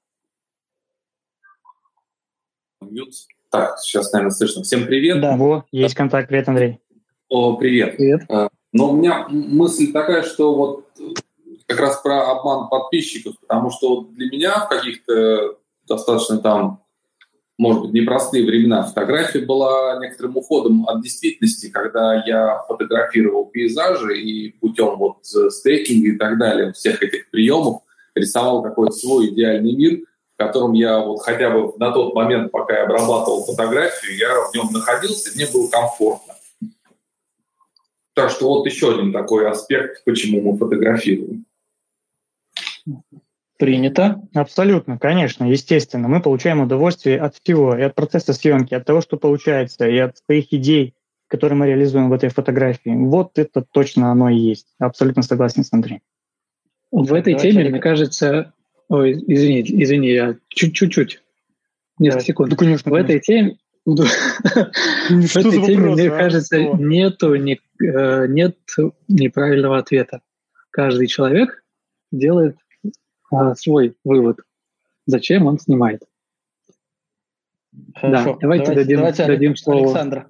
Так, сейчас, наверное, слышно. Всем привет. Да, во, есть контакт. Привет, Андрей. О, привет. Привет. Но у меня мысль такая, что вот как раз про обман подписчиков, потому что для меня в каких-то достаточно там, может быть, непростые времена фотография была некоторым уходом от действительности, когда я фотографировал пейзажи и путем вот стейкинга и так далее, всех этих приемов, рисовал какой-то свой идеальный мир, в котором я вот хотя бы на тот момент, пока я обрабатывал фотографию, я в нем находился, и мне было комфортно. Так что вот еще один такой аспект, почему мы фотографируем. Принято. Абсолютно, конечно, естественно. Мы получаем удовольствие от всего, и от процесса съемки, от того, что получается, и от своих идей, которые мы реализуем в этой фотографии. Вот это точно оно и есть. Абсолютно согласен с Андреем. В Так, этой теме, мне кажется... Ой, извини, извини, я чуть-чуть, несколько да. секунд. Ну, конечно, в этой теме, в этой теме, мне кажется, нету нет неправильного ответа. Каждый человек делает свой вывод, зачем он снимает. Хорошо. Да, давайте, давайте дадим, давайте дадим слово. Александра.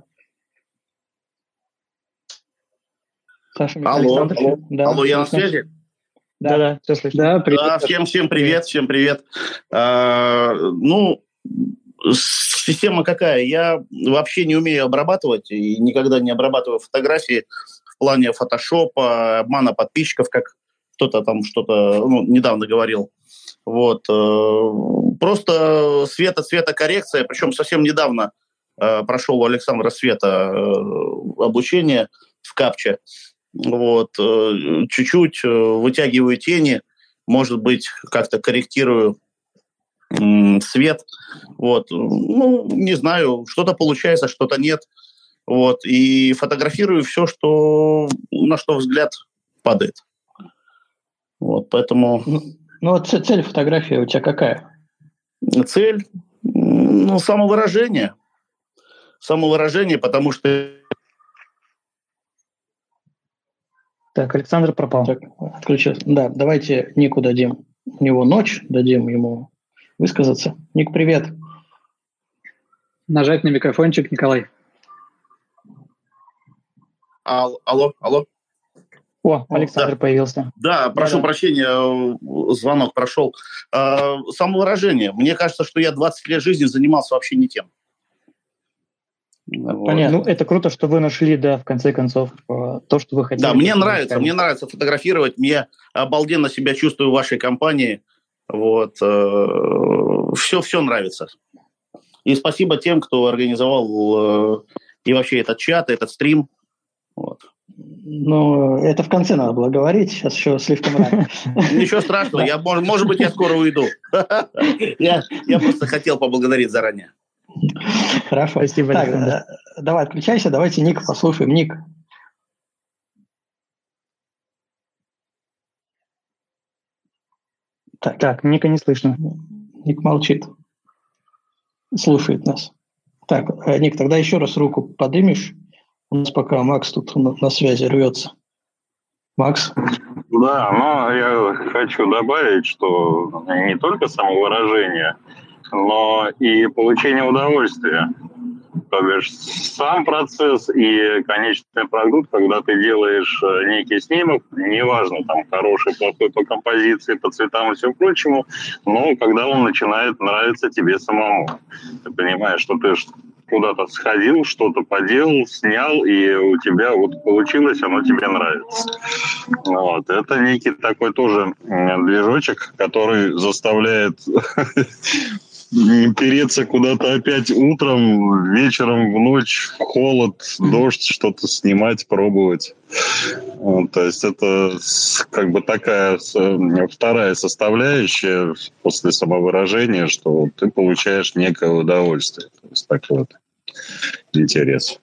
Саша, алло, Александр, алло, да, алло, я на связи? Да, да, все слышно. Да, привет. Да, всем, всем привет, всем привет. А, ну, система какая? Я вообще не умею обрабатывать и никогда не обрабатываю фотографии в плане фотошопа, обмана подписчиков, как кто-то там что-то ну, недавно говорил. Вот. Просто света-цветокоррекция, причем совсем недавно прошел у Александра Света обучение в капче. Вот. Чуть-чуть вытягиваю тени, может быть, как-то корректирую свет. Вот. Ну, не знаю, что-то получается, что-то нет. Вот. И фотографирую все, что, на что взгляд падает. Вот, поэтому... Ну, ну вот цель фотографии у тебя какая? Цель? Ну, самовыражение. Самовыражение, потому что... Так, Александр пропал. Так, отключился. Да, давайте Нику дадим. У него ночь, дадим ему высказаться. Ник, привет. Нажать на микрофончик, Николай. Ал- алло, алло. О, Александр да. появился. Да, прошу Да-да. прощения, звонок прошел. А, самовыражение. Мне кажется, что я двадцать лет жизни занимался вообще не тем. Понятно. Вот. Ну, это круто, что вы нашли, да, в конце концов, то, что вы хотели. Да, мне нравится, мне нравится фотографировать, мне обалденно себя чувствую в вашей компании. Вот. Все, все нравится. И спасибо тем, кто организовал и вообще этот чат, этот стрим. Вот. Ну, это в конце надо было говорить, сейчас еще слишком рано. Ничего страшного, я, может, может быть, я скоро уйду. Я, я просто хотел поблагодарить заранее. Хорошо. Спасибо. Так, давай, отключайся, давайте Ник послушаем. Ник. Так, так, Ника не слышно. Ник молчит. Слушает нас. Так, Ник, тогда еще раз руку поднимешь. У нас пока Макс тут на, на связи рвется. Макс? Да, но я хочу добавить, что не только самовыражение, но и получение удовольствия. то бишь сам процесс и конечный продукт, когда ты делаешь некий снимок, неважно, там, хороший, плохой по композиции, по цветам и всему прочему, но когда он начинает нравиться тебе самому. Ты понимаешь, что ты куда-то сходил, что-то поделал, снял, и у тебя вот получилось, оно тебе нравится. Вот. Это некий такой тоже движочек, который заставляет переться куда-то опять утром, вечером, в ночь, в холод, дождь, что-то снимать, пробовать. Вот, то есть это как бы такая вторая составляющая после самовыражения, что ты получаешь некое удовольствие. То есть такой вот интерес.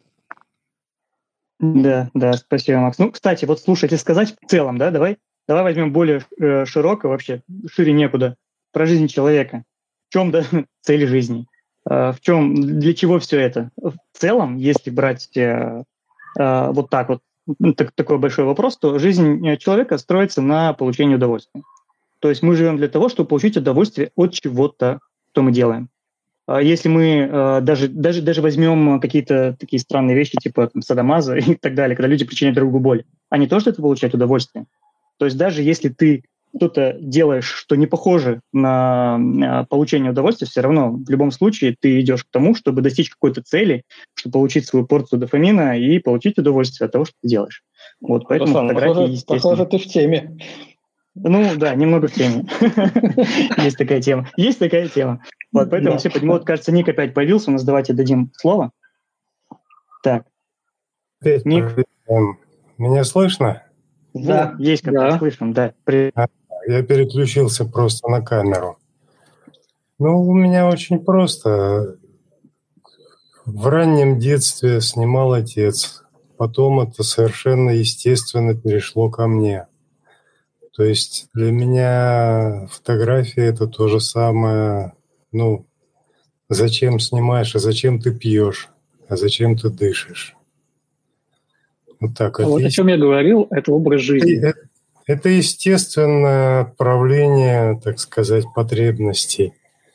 Да, да, спасибо, Макс. Ну, кстати, вот слушай, если сказать в целом, да, давай, давай возьмем более э, широко вообще, шире некуда, про жизнь человека. В чем, да, цель жизни? Э, в чем, для чего все это? В целом, если брать э, э, вот так вот, так, такой большой вопрос, то жизнь человека строится на получении удовольствия. То есть мы живем для того, чтобы получить удовольствие от чего-то, что мы делаем. Если мы даже, даже, даже возьмем какие-то такие странные вещи, типа там, садомазо и так далее, когда люди причиняют другу боль, а не то, что это получает удовольствие. То есть даже если ты что-то делаешь, что не похоже на получение удовольствия, все равно в любом случае ты идешь к тому, чтобы достичь какой-то цели, чтобы получить свою порцию дофамина и получить удовольствие от того, что ты делаешь. Вот поэтому Руслан, фотографии, похоже, естественно... похоже, ты в теме. Ну да, немного в теме. Есть такая тема. Есть такая тема. Вот, поэтому все понимают. Вот, кажется, Ник опять появился. У нас давайте дадим слово. Так. Ник. Меня слышно? Да, есть как-то слышно, да. Я переключился просто на камеру. Ну, у меня очень просто. В раннем детстве снимал отец. Потом это совершенно естественно перешло ко мне. То есть для меня фотография – это то же самое, ну, зачем снимаешь, а зачем ты пьешь, а зачем ты дышишь. Вот так а вот. Вот о чем я говорил, это образ жизни. Это, это естественное проявление, так сказать, потребностей.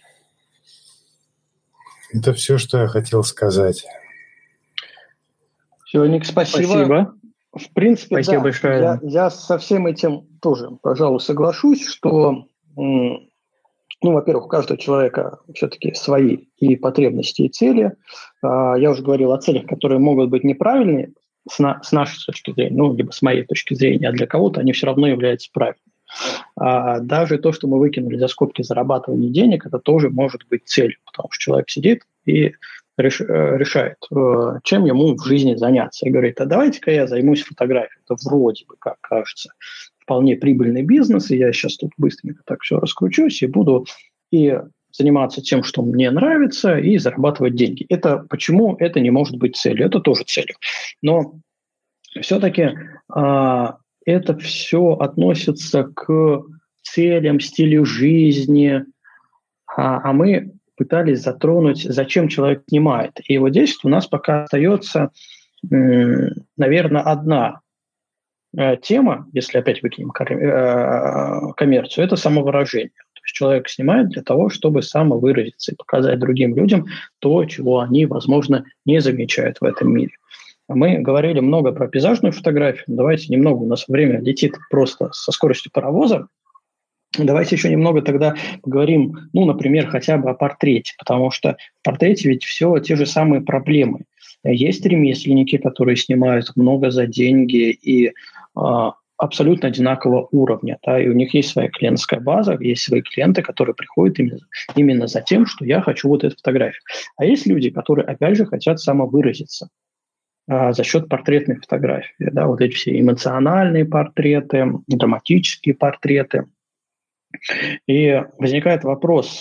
Это все, что я хотел сказать. Все, Ник, спасибо. Спасибо. В принципе, Спасибо да, большое. Я, я со всем этим тоже, пожалуй, соглашусь, что, ну, во-первых, у каждого человека все-таки свои и потребности, и цели. Я уже говорил о целях, которые могут быть неправильные с, на, с нашей точки зрения, ну, либо с моей точки зрения, а для кого-то они все равно являются правильными. А даже то, что мы выкинули за скобки зарабатывания денег, это тоже может быть целью, потому что человек сидит и решает, чем ему в жизни заняться. И говорит, а давайте-ка я займусь фотографией. Это вроде бы, как кажется, вполне прибыльный бизнес, и я сейчас тут быстренько так все раскручусь и буду и заниматься тем, что мне нравится, и зарабатывать деньги. Это почему это не может быть целью? Это тоже целью. Но все-таки а, это все относится к целям, стилю жизни, а, а мы пытались затронуть, зачем человек снимает. И вот здесь у нас пока остается, наверное, одна тема, если опять выкинем коммерцию, это самовыражение. То есть человек снимает для того, чтобы самовыразиться и показать другим людям то, чего они, возможно, не замечают в этом мире. Мы говорили много про пейзажную фотографию. Давайте немного, у нас время летит просто со скоростью паровоза. Давайте еще немного тогда поговорим, ну, например, хотя бы о портрете, потому что в портрете ведь все те же самые проблемы. Есть ремесленники, которые снимают много за деньги и э, абсолютно одинакового уровня, да, и у них есть своя клиентская база, есть свои клиенты, которые приходят именно, именно за тем, что я хочу вот эту фотографию. А есть люди, которые, опять же, хотят самовыразиться э, за счет портретной фотографии, да, вот эти все эмоциональные портреты, драматические портреты. И возникает вопрос,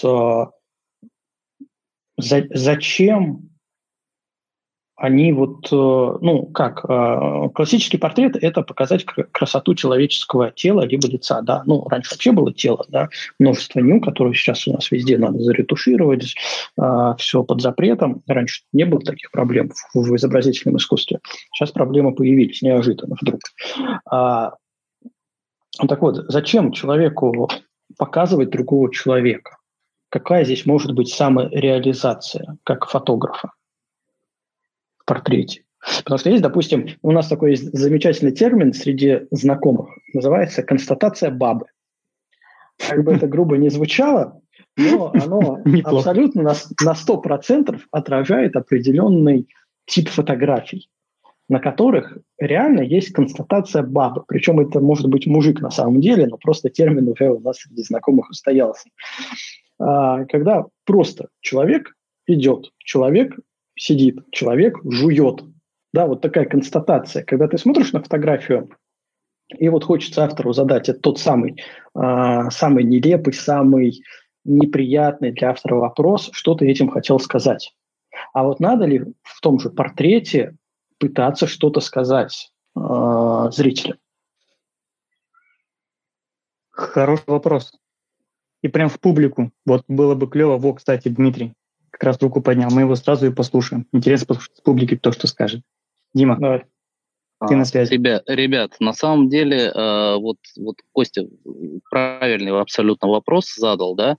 зачем они вот, ну как, классический портрет – это показать красоту человеческого тела либо лица, да, ну раньше вообще было тело, да, множество ню, которые сейчас у нас везде надо заретушировать, все под запретом, раньше не было таких проблем в изобразительном искусстве, сейчас проблемы появились неожиданно вдруг. Так вот, зачем человеку показывать другого человека? Какая здесь может быть самореализация как фотографа? в портрете. Потому что есть, допустим, у нас такой есть замечательный термин среди знакомых, называется констатация бабы. Как бы это грубо не звучало, но оно абсолютно на, на сто процентов отражает определенный тип фотографий, на которых реально есть констатация бабы. Причем это может быть мужик на самом деле, но просто термин уже у нас среди знакомых устоялся. А, когда просто человек идет, человек сидит, человек жует. Да, вот такая констатация. Когда ты смотришь на фотографию, и вот хочется автору задать это тот самый, а, самый нелепый, самый неприятный для автора вопрос, что ты этим хотел сказать. А вот надо ли в том же портрете пытаться что-то сказать э, зрителям? Хороший вопрос. И прям в публику. Вот было бы клево. Во, кстати, Дмитрий как раз руку поднял. Мы его сразу и послушаем. Интересно послушать с публики то, что скажет. Дима, давай. Ты на связи. Ребят, ребят, на самом деле, э, вот, вот Костя правильный абсолютно вопрос задал, да?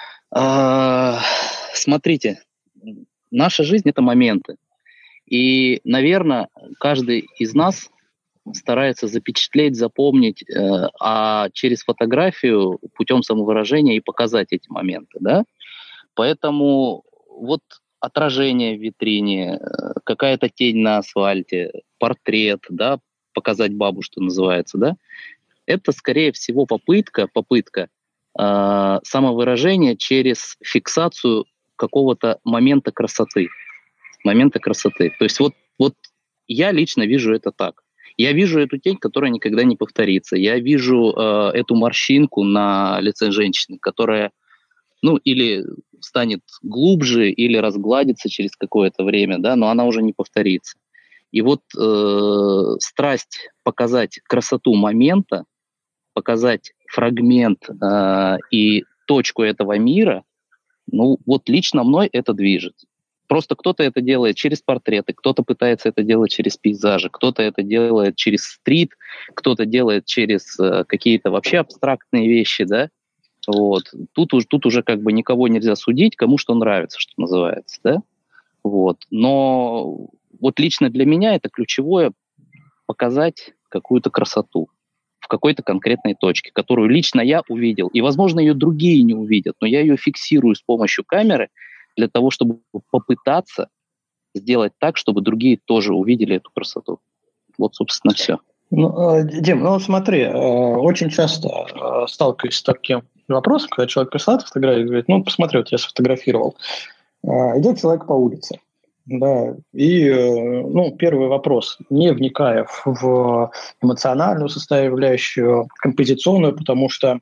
Э, смотрите, наша жизнь – это моменты. И, наверное, каждый из нас старается запечатлеть, запомнить, э, а через фотографию путем самовыражения и показать эти моменты, да? Поэтому вот отражение в витрине, какая-то тень на асфальте, портрет, да, показать бабу, что называется, да, это, скорее всего, попытка, попытка э, самовыражения через фиксацию какого-то момента красоты. Момента красоты. То есть вот, вот я лично вижу это так. Я вижу эту тень, которая никогда не повторится. Я вижу э, эту морщинку на лице женщины, которая, ну, или станет глубже, или разгладится через какое-то время, да, но она уже не повторится. И вот э, страсть показать красоту момента, показать фрагмент э, и точку этого мира, ну, вот лично мной это движет. Просто кто-то это делает через портреты, кто-то пытается это делать через пейзажи, кто-то это делает через стрит, кто-то делает через э, какие-то вообще абстрактные вещи, да. Вот. Тут, уж, тут уже как бы никого нельзя судить, кому что нравится, что называется, да. Вот. Но вот лично для меня это ключевое показать какую-то красоту в какой-то конкретной точке, которую лично я увидел. И, возможно, ее другие не увидят, но я ее фиксирую с помощью камеры для того, чтобы попытаться сделать так, чтобы другие тоже увидели эту красоту. Вот, собственно, все. Ну, Дим, ну смотри, очень часто сталкиваюсь с таким вопросом, когда человек присылает фотографию и говорит, ну, посмотри, вот я сфотографировал. Идет человек по улице, да, и, ну, первый вопрос, не вникая в эмоциональную составляющую, композиционную, потому что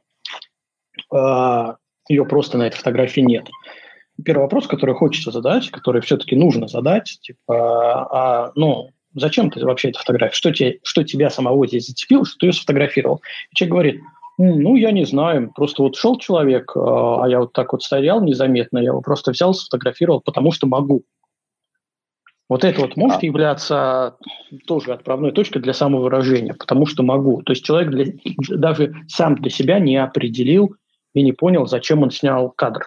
э, ее просто на этой фотографии нет. Первый вопрос, который хочется задать, который все-таки нужно задать, типа, а, ну, зачем ты вообще эту фотографию? Что, тебе, что тебя самого здесь зацепило, что ты ее сфотографировал? И человек говорит, ну, я не знаю, просто вот шел человек, а я вот так вот стоял незаметно, я его просто взял, сфотографировал, потому что могу. Вот это вот может являться тоже отправной точкой для самовыражения, потому что могу. То есть человек для, даже сам для себя не определил и не понял, зачем он снял кадр.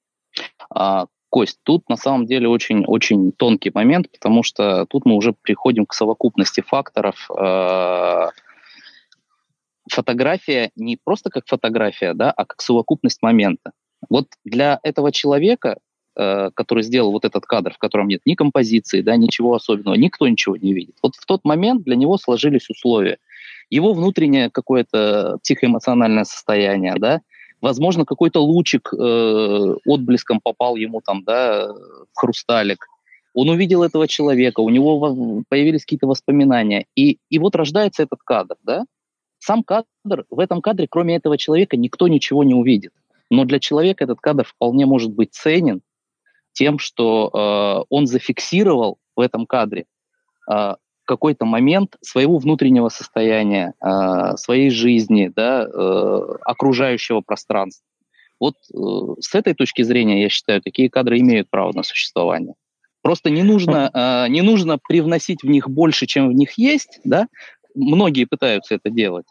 А, Кость, тут на самом деле очень-очень тонкий момент, потому что тут мы уже приходим к совокупности факторов. Фотография не просто как фотография, да, а как совокупность момента. Вот для этого человека, э, который сделал вот этот кадр, в котором нет ни композиции, да, ничего особенного, никто ничего не видит. Вот в тот момент для него сложились условия. Его внутреннее какое-то психоэмоциональное состояние, да, возможно, какой-то лучик э, отблеском попал ему там, да, в хрусталик. Он увидел этого человека, у него появились какие-то воспоминания. И, и вот рождается этот кадр, да. Сам кадр, в этом кадре, кроме этого человека, никто ничего не увидит. Но для человека этот кадр вполне может быть ценен тем, что э, он зафиксировал в этом кадре э, какой-то момент своего внутреннего состояния, э, своей жизни, да, э, окружающего пространства. Вот э, с этой точки зрения, я считаю, такие кадры имеют право на существование. Просто не нужно, э, не нужно привносить в них больше, чем в них есть, да. Многие пытаются это делать.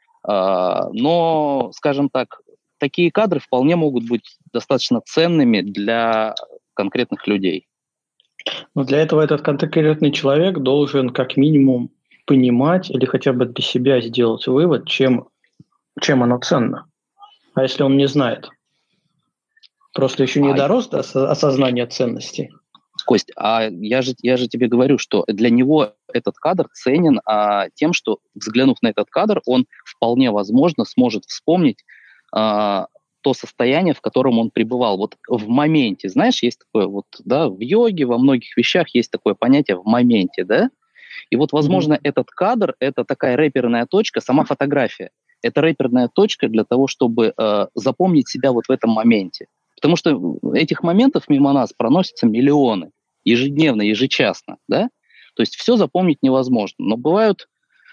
Но, скажем так, такие кадры вполне могут быть достаточно ценными для конкретных людей. Но для этого этот конкретный человек должен как минимум понимать или хотя бы для себя сделать вывод, чем, чем оно ценно. А если он не знает? Просто еще не а дорос до осознания ценностей. Кость, а я же, я же тебе говорю, что для него этот кадр ценен а, тем, что, взглянув на этот кадр, он вполне возможно сможет вспомнить а, то состояние, в котором он пребывал. Вот в моменте, знаешь, есть такое вот, да, в йоге, во многих вещах есть такое понятие в моменте, да? И вот, возможно, mm-hmm. этот кадр – это такая рэперная точка, сама фотография. Это рэперная точка для того, чтобы э, запомнить себя вот в этом моменте. Потому что этих моментов мимо нас проносятся миллионы ежедневно, ежечасно, да? То есть все запомнить невозможно. Но бывают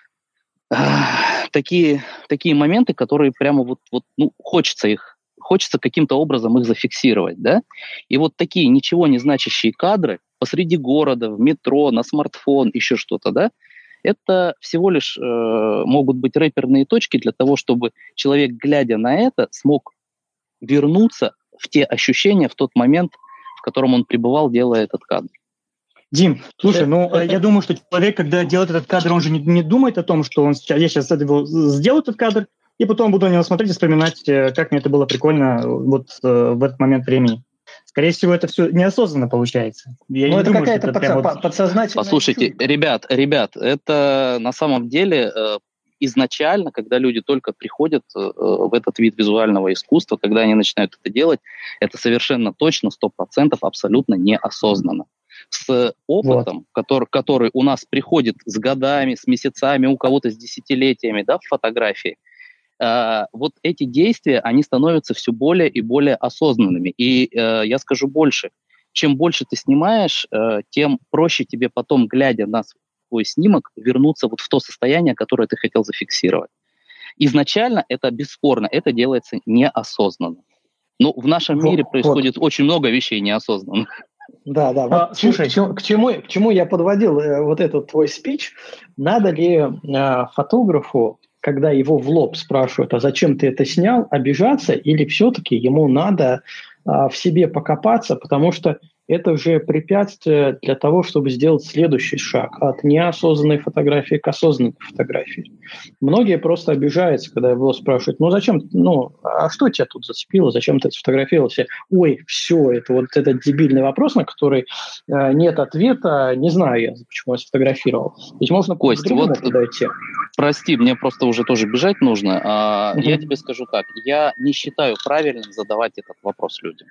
э, такие, такие моменты, которые прямо вот, вот ну, хочется их, хочется каким-то образом их зафиксировать, да? И вот такие ничего не значащие кадры посреди города, в метро, на смартфон, еще что-то, да? Это всего лишь э, могут быть рэперные точки для того, чтобы человек, глядя на это, смог вернуться в те ощущения, в тот момент, в котором он пребывал, делая этот кадр. Дим, слушай, ну я думаю, что человек, когда делает этот кадр, он же не, не думает о том, что он сейчас, я сейчас сделаю этот кадр, и потом буду на него смотреть и вспоминать, как мне это было прикольно вот в этот момент времени. Скорее всего, это все неосознанно получается. Я ну, не это думаю, какая-то подсо- прям вот... подсознательная... Послушайте, чувство. ребят, ребят, это на самом деле э, изначально, когда люди только приходят э, в этот вид визуального искусства, когда они начинают это делать, это совершенно точно, сто процентов абсолютно неосознанно. С опытом, вот. который, который у нас приходит с годами, с месяцами, у кого-то с десятилетиями, да, в фотографии, Uh, вот эти действия, они становятся все более и более осознанными. И uh, я скажу больше. Чем больше ты снимаешь, uh, тем проще тебе потом, глядя на свой снимок, вернуться вот в то состояние, которое ты хотел зафиксировать. Изначально это бесспорно, это делается неосознанно. Но в нашем вот, мире происходит вот. очень много вещей неосознанно. Да, да. Вот а, слушай, к, к, чему, к чему я подводил э, вот этот твой спич? Надо ли э, фотографу, когда его в лоб спрашивают, а зачем ты это снял, обижаться, или все-таки ему надо а, в себе покопаться, потому что это уже препятствие для того, чтобы сделать следующий шаг от неосознанной фотографии к осознанной фотографии. Многие просто обижаются, когда его спрашивают, ну зачем, ну а что тебя тут зацепило, зачем ты сфотографировался? Ой, все, это вот этот дебильный вопрос, на который э, нет ответа, не знаю я, почему я сфотографировал. Ведь можно Кость, к другому вот, подойти. Прости, мне просто уже тоже бежать нужно. А, uh-huh. Я тебе скажу так, я не считаю правильным задавать этот вопрос людям.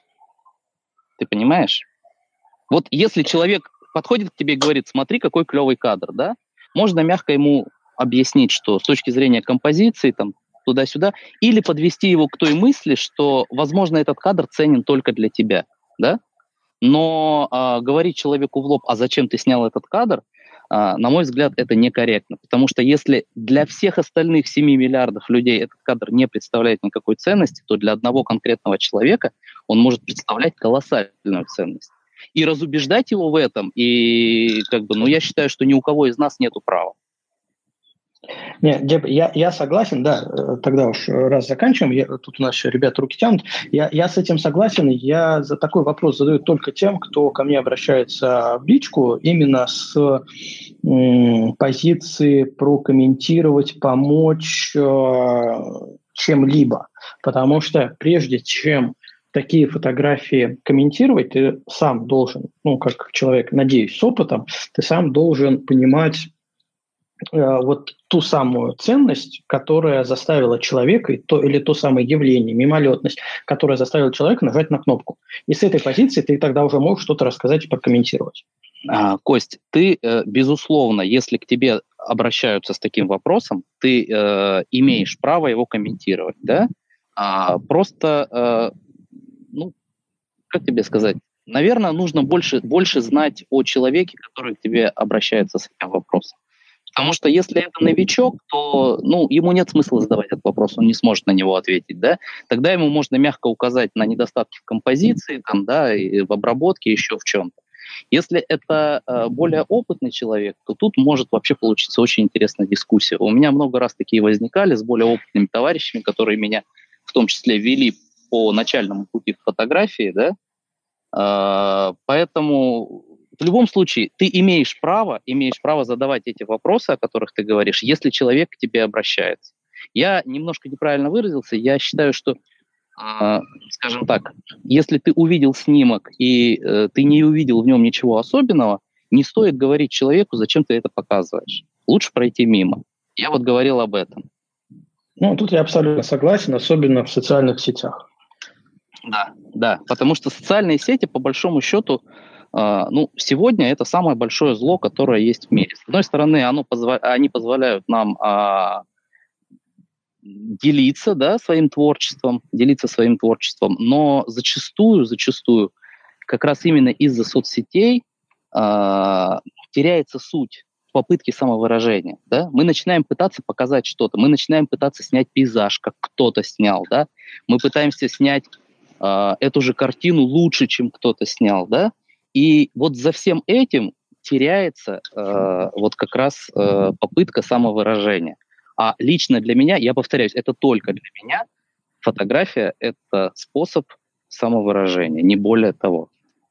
Ты понимаешь? Вот если человек подходит к тебе и говорит, смотри, какой клевый кадр, да, можно мягко ему объяснить, что с точки зрения композиции, там, туда-сюда, или подвести его к той мысли, что, возможно, этот кадр ценен только для тебя, да, но а, говорить человеку в лоб, а зачем ты снял этот кадр, а, на мой взгляд, это некорректно, потому что если для всех остальных семи миллиардов людей этот кадр не представляет никакой ценности, то для одного конкретного человека он может представлять колоссальную ценность. И разубеждать его в этом, и как бы, ну, я считаю, что ни у кого из нас нету права. Нет, Деб, я, я согласен, да, тогда уж раз заканчиваем, я, тут у нас еще ребята руки тянут, я, я с этим согласен, я за такой вопрос задаю только тем, кто ко мне обращается в личку, именно с м, позиции прокомментировать, помочь э, чем-либо, потому что прежде чем такие фотографии комментировать, ты сам должен, ну, как человек, надеюсь, с опытом, ты сам должен понимать вот ту самую ценность, которая заставила человека, то, или то самое явление, мимолетность, которая заставила человека нажать на кнопку. И с этой позиции ты тогда уже можешь что-то рассказать и прокомментировать. А, Кость, ты, безусловно, если к тебе обращаются с таким вопросом, ты э, имеешь право его комментировать, да? А, просто, э, ну, как тебе сказать, наверное, нужно больше, больше знать о человеке, который к тебе обращается с этим вопросом. Потому что если это новичок, то ну, ему нет смысла задавать этот вопрос, он не сможет на него ответить. Да? Тогда ему можно мягко указать на недостатки в композиции, там, да, и в обработке, еще в чем-то. Если это э, более опытный человек, то тут может вообще получиться очень интересная дискуссия. У меня много раз такие возникали с более опытными товарищами, которые меня в том числе вели по начальному пути в фотографии. Да? Э, поэтому в любом случае ты имеешь право, имеешь право задавать эти вопросы, о которых ты говоришь, если человек к тебе обращается. Я немножко неправильно выразился, я считаю, что, э, скажем так, если ты увидел снимок и э, ты не увидел в нем ничего особенного, не стоит говорить человеку, зачем ты это показываешь. Лучше пройти мимо. Я вот говорил об этом. Ну, тут я абсолютно согласен, особенно в социальных сетях. Да, да, потому что социальные сети, по большому счету, Uh, ну, сегодня это самое большое зло, которое есть в мире. С одной стороны, оно позва- они позволяют нам uh, делиться, да, своим творчеством, делиться своим творчеством, но зачастую, зачастую, как раз именно из-за соцсетей uh, теряется суть попытки самовыражения. Да? Мы начинаем пытаться показать что-то, мы начинаем пытаться снять пейзаж, как кто-то снял, да? Мы пытаемся снять uh, эту же картину лучше, чем кто-то снял, да? И вот за всем этим теряется э, вот как раз э, попытка самовыражения. А лично для меня, я повторяюсь, это только для меня, фотография – это способ самовыражения, не более того.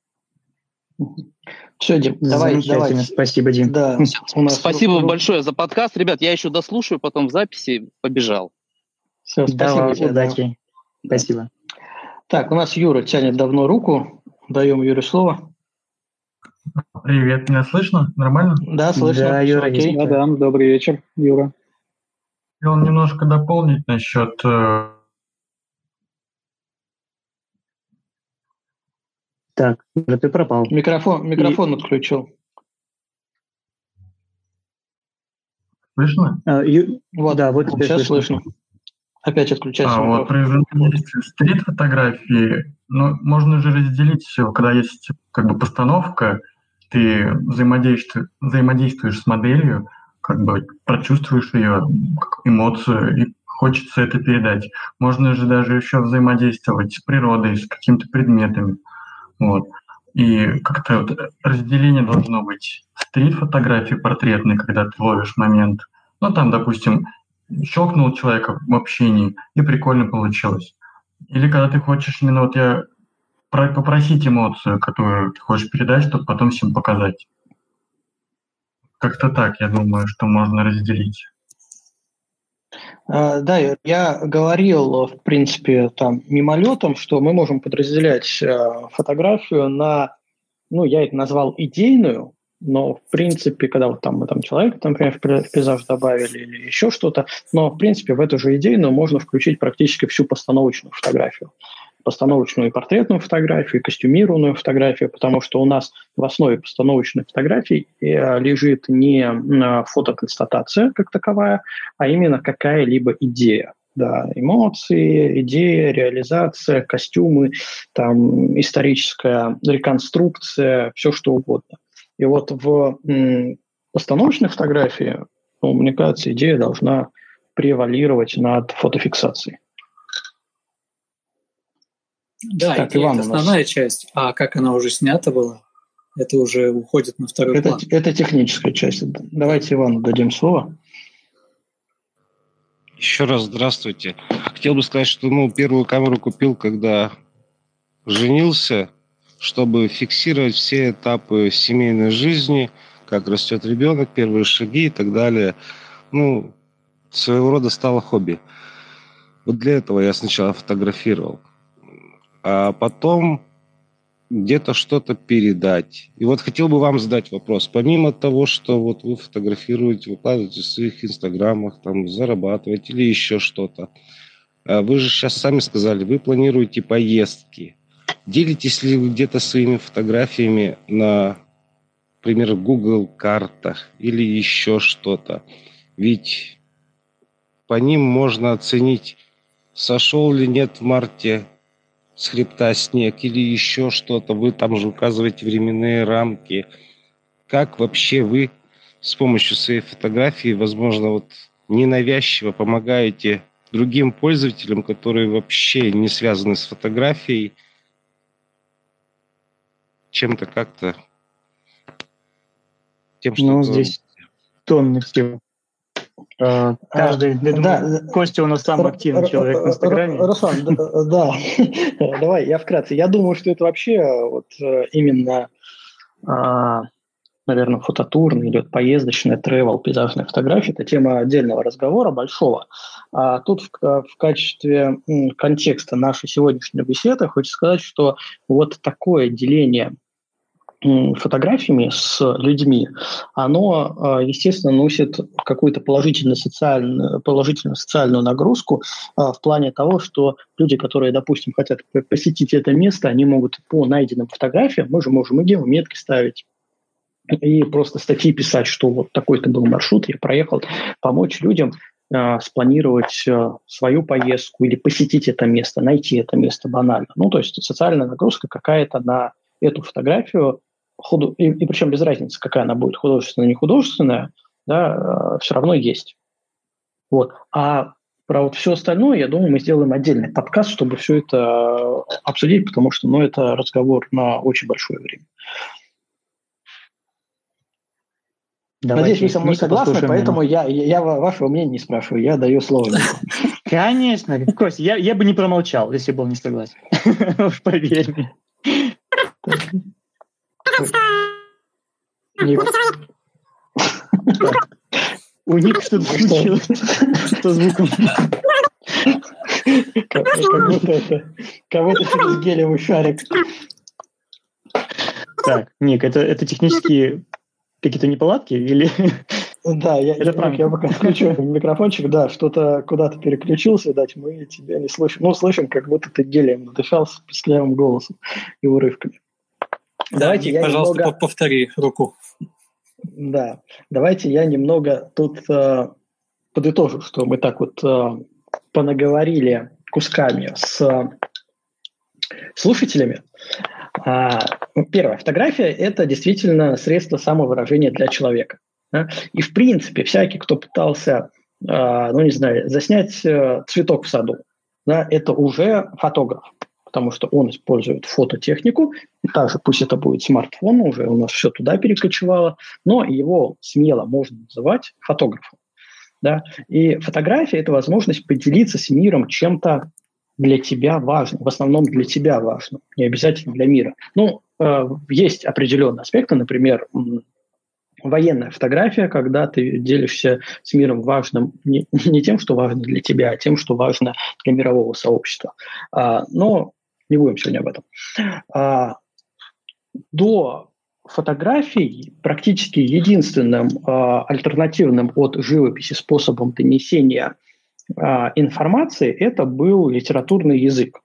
Все, Дим, давай, давай. Спасибо, Дим. Да, у нас Спасибо ру... большое за подкаст. Ребят, я еще дослушаю, потом в записи побежал. Все, спасибо Давай, тебе. Удачи. Да. Спасибо. Так, у нас Юра тянет давно руку. Даем Юре слово. Привет, меня слышно? Нормально? Да, слышно. Да, Юра, окей. Да, да, добрый вечер, Юра. Хотел немножко дополнить насчет... Так, ты пропал. Микрофон, микрофон И... отключил. Слышно? А, ю... Вот, да, вот сейчас слышно. слышно. Опять отключается. А, вот при журналистике стрит-фотографии, ну, можно же разделить все, когда есть как бы постановка, ты взаимодействуешь, взаимодействуешь с моделью, как бы прочувствуешь ее эмоцию, и хочется это передать. Можно же даже еще взаимодействовать с природой, с какими-то предметами. Вот. И как-то вот разделение должно быть. Стрит-фотографии портретные, когда ты ловишь момент. Ну, там, допустим, щелкнул человека в общении, и прикольно получилось. Или когда ты хочешь именно вот я... попросить эмоцию, которую ты хочешь передать, чтобы потом всем показать. Как-то так, я думаю, что можно разделить. А, да, я говорил, в принципе, там мимолетом, что мы можем подразделять фотографию на, ну, я это назвал идейную, но, в принципе, когда вот там мы там человека, там, например, в пейзаж добавили или еще что-то, но, в принципе, в эту же идейную можно включить практически всю постановочную фотографию. Постановочную и портретную фотографию, и костюмированную фотографию, потому что у нас в основе постановочной фотографии лежит не фотоконстатация как таковая, а именно какая-либо идея. Да, эмоции, идея, реализация, костюмы, там, историческая реконструкция, все что угодно. И вот в м, постановочной фотографии, ну, мне кажется, идея должна превалировать над фотофиксацией. Да, так, Иван, это основная нас... часть, а как она уже снята была, это уже уходит на второй это, план. Это техническая часть. Давайте Ивану дадим слово. Еще раз здравствуйте. Хотел бы сказать, что ну, первую камеру купил, когда женился, чтобы фиксировать все этапы семейной жизни, как растет ребенок, первые шаги и так далее. Ну, своего рода стало хобби. Вот для этого я сначала фотографировал. А потом где-то что-то передать. И вот хотел бы вам задать вопрос. Помимо того, что вот вы фотографируете, выкладываете в своих инстаграмах, там, зарабатываете или еще что-то, вы же сейчас сами сказали, вы планируете поездки. Делитесь ли вы где-то своими фотографиями на, например, Google картах или еще что-то? Ведь по ним можно оценить, сошел ли нет в марте с хребта снег или еще что-то. Вы там же указываете временные рамки. Как вообще вы с помощью своей фотографии, возможно, вот ненавязчиво помогаете другим пользователям, которые вообще не связаны с фотографией, чем-то как-то тем, что... Ну, здесь тонны всего. Uh, каждый, а, я думаю, да, Костя у нас самый активный человек в Инстаграме. Руслан, да, давай, я вкратце. Я думаю, что это вообще вот именно наверное, фототурные или поездочные, тревел, пейзажные фотографии. Это тема отдельного разговора, большого. А тут в, в качестве контекста нашей сегодняшней беседы хочу сказать, что вот такое деление фотографиями с людьми, оно, естественно, носит какую-то положительную социальную, положительную социальную нагрузку в плане того, что люди, которые, допустим, хотят посетить это место, они могут по найденным фотографиям, мы же можем и геометки ставить, и просто статьи писать, что вот такой-то был маршрут, я проехал, помочь людям э, спланировать э, свою поездку или посетить это место, найти это место банально. Ну, то есть социальная нагрузка какая-то на эту фотографию, худу... и, и причем без разницы, какая она будет, художественная, не художественная, да, э, все равно есть. Вот. А про вот все остальное, я думаю, мы сделаем отдельный подкаст, чтобы все это обсудить, потому что, ну, это разговор на очень большое время. Давайте. Надеюсь, вы со мной согласны, поэтому я, я, я вашего мнения не спрашиваю, я даю слово. Конечно, Костя, я, я бы не промолчал, если был не согласен. Уж поверь мне. У Ника что-то случилось со звуком. Как будто это кого-то через гелевый шарик. Так, Ник, это, это технические какие-то неполадки или... Да, я, это я, я пока включу микрофончик, да, что-то куда-то переключился, видать, мы тебя не слышим. Ну, слышим, как будто ты гелием надышался писклявым голосом и урывками. Да, давайте Ник, я пожалуйста, немного... повтори руку. Да, давайте я немного тут э, подытожу, что мы так вот э, понаговорили кусками с э, слушателями. Первая фотография – это действительно средство самовыражения для человека. Да? И, в принципе, всякий, кто пытался, ну, не знаю, заснять цветок в саду, да, это уже фотограф, потому что он использует фототехнику, также пусть это будет смартфон, уже у нас все туда перекочевало, но его смело можно называть фотографом. Да? И фотография – это возможность поделиться с миром чем-то для тебя важно, в основном для тебя важно, не обязательно для мира. Ну, э, есть определенные аспекты, например, военная фотография, когда ты делишься с миром важным не, не тем, что важно для тебя, а тем, что важно для мирового сообщества. А, но не будем сегодня об этом. А, до фотографий практически единственным а, альтернативным от живописи способом донесения информации это был литературный язык.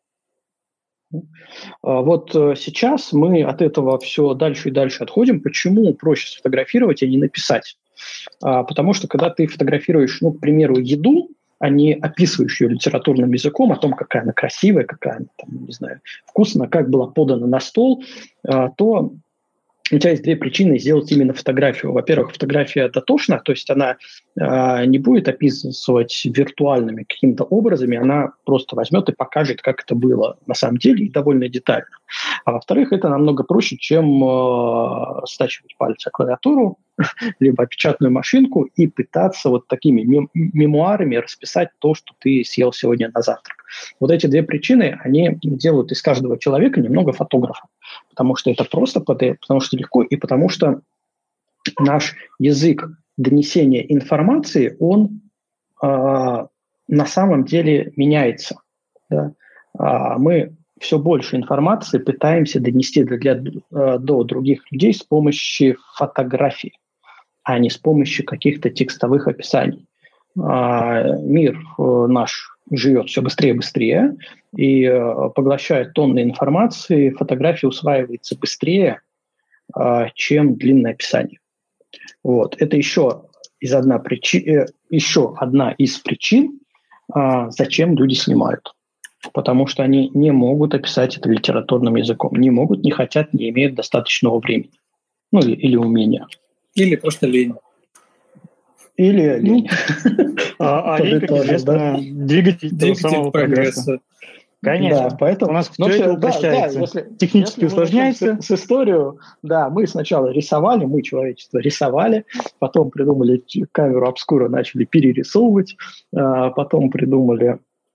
Вот сейчас мы от этого все дальше и дальше отходим. Почему проще сфотографировать, а не написать? Потому что когда ты фотографируешь, ну, к примеру, еду, а не описываешь ее литературным языком, о том, какая она красивая, какая она, там, не знаю, вкусная, как была подана на стол, то у тебя есть две причины сделать именно фотографию. Во-первых, фотография дотошна, то есть она э, не будет описывать виртуальными какими-то образами, она просто возьмет и покажет, как это было на самом деле, и довольно детально. А во-вторых, это намного проще, чем э, стачивать пальцы о клавиатуру, либо печатную машинку и пытаться вот такими мем- мемуарами расписать то, что ты съел сегодня на завтрак. Вот эти две причины, они делают из каждого человека немного фотографа, потому что это просто, потому что легко, и потому что наш язык донесения информации, он э, на самом деле меняется. Да? А мы все больше информации пытаемся донести для, для, до других людей с помощью фотографий, а не с помощью каких-то текстовых описаний. А, мир э, наш живет все быстрее и быстрее и э, поглощает тонны информации, фотография усваивается быстрее, э, чем длинное описание. Вот. Это еще, из одна причи... э, еще одна из причин, э, зачем люди снимают. Потому что они не могут описать это литературным языком, не могут, не хотят, не имеют достаточного времени. Ну, или, или умения. Или просто лень. Или лень. А лень, как известно, двигатель самого прогресса. Конечно. Да, поэтому у нас все это упрощается. Да, да, если, технически если усложняется. С, с историю, да, мы сначала рисовали, мы, человечество, рисовали, потом придумали камеру обскура, начали перерисовывать, потом придумали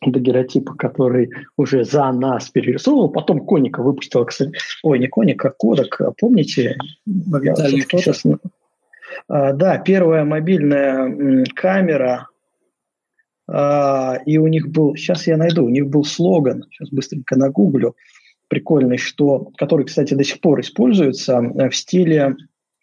дагеротипа, который уже за нас перерисовывал. Потом Коника выпустила, кстати, ой, не Коника, Кодек, помните? Я сейчас... а, да, первая мобильная камера, а, и у них был, сейчас я найду, у них был слоган, сейчас быстренько нагуглю, прикольный, что, который, кстати, до сих пор используется в стиле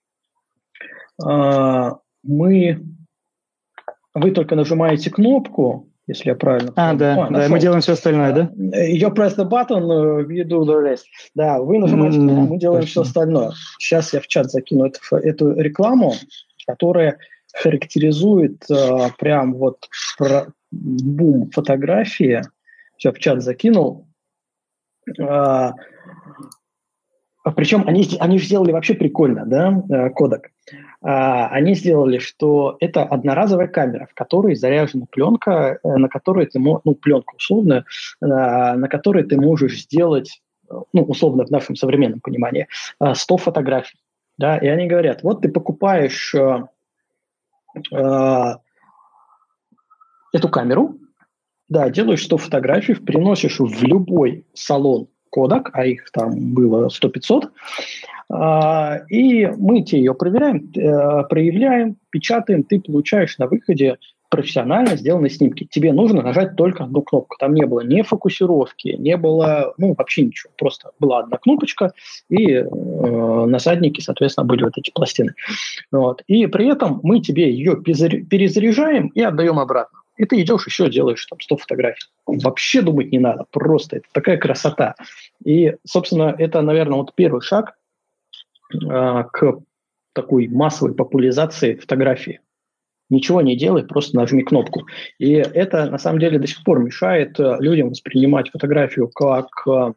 а, мы, вы только нажимаете кнопку, если я правильно а, помню. Да, О, да, мы делаем все остальное, да? You press the button, you do the rest. Да, вы нажимаете mm-hmm. кнопку, мы делаем Точно. все остальное. Сейчас я в чат закину эту, эту рекламу, которая характеризует а, прям вот про, бум фотографии. Все, в чат закинул. А, а причем они, они же сделали вообще прикольно, да, кодек. А, они сделали, что это одноразовая камера, в которой заряжена пленка, на которой ты можешь, ну, пленка условная, на которой ты можешь сделать, ну, условно, в нашем современном понимании, сто фотографий. Да, и они говорят, вот ты покупаешь а, а, эту камеру, да, делаешь сто фотографий, приносишь в любой салон Kodak, а их там было сто-пятьсот, и мы тебе ее проверяем, проявляем, печатаем, ты получаешь на выходе профессионально сделанные снимки. Тебе нужно нажать только одну кнопку. Там не было ни фокусировки, не было, ну, вообще ничего. Просто была одна кнопочка, и э, на заднике, соответственно, были вот эти пластины. Вот. И при этом мы тебе ее перезаряжаем и отдаем обратно. И ты идешь еще делаешь там сто фотографий. Вообще думать не надо, просто это такая красота. И, собственно, это, наверное, вот первый шаг э, к такой массовой популяризации фотографии. Ничего не делай, просто нажми кнопку. И это, на самом деле, до сих пор мешает э, людям воспринимать фотографию как э,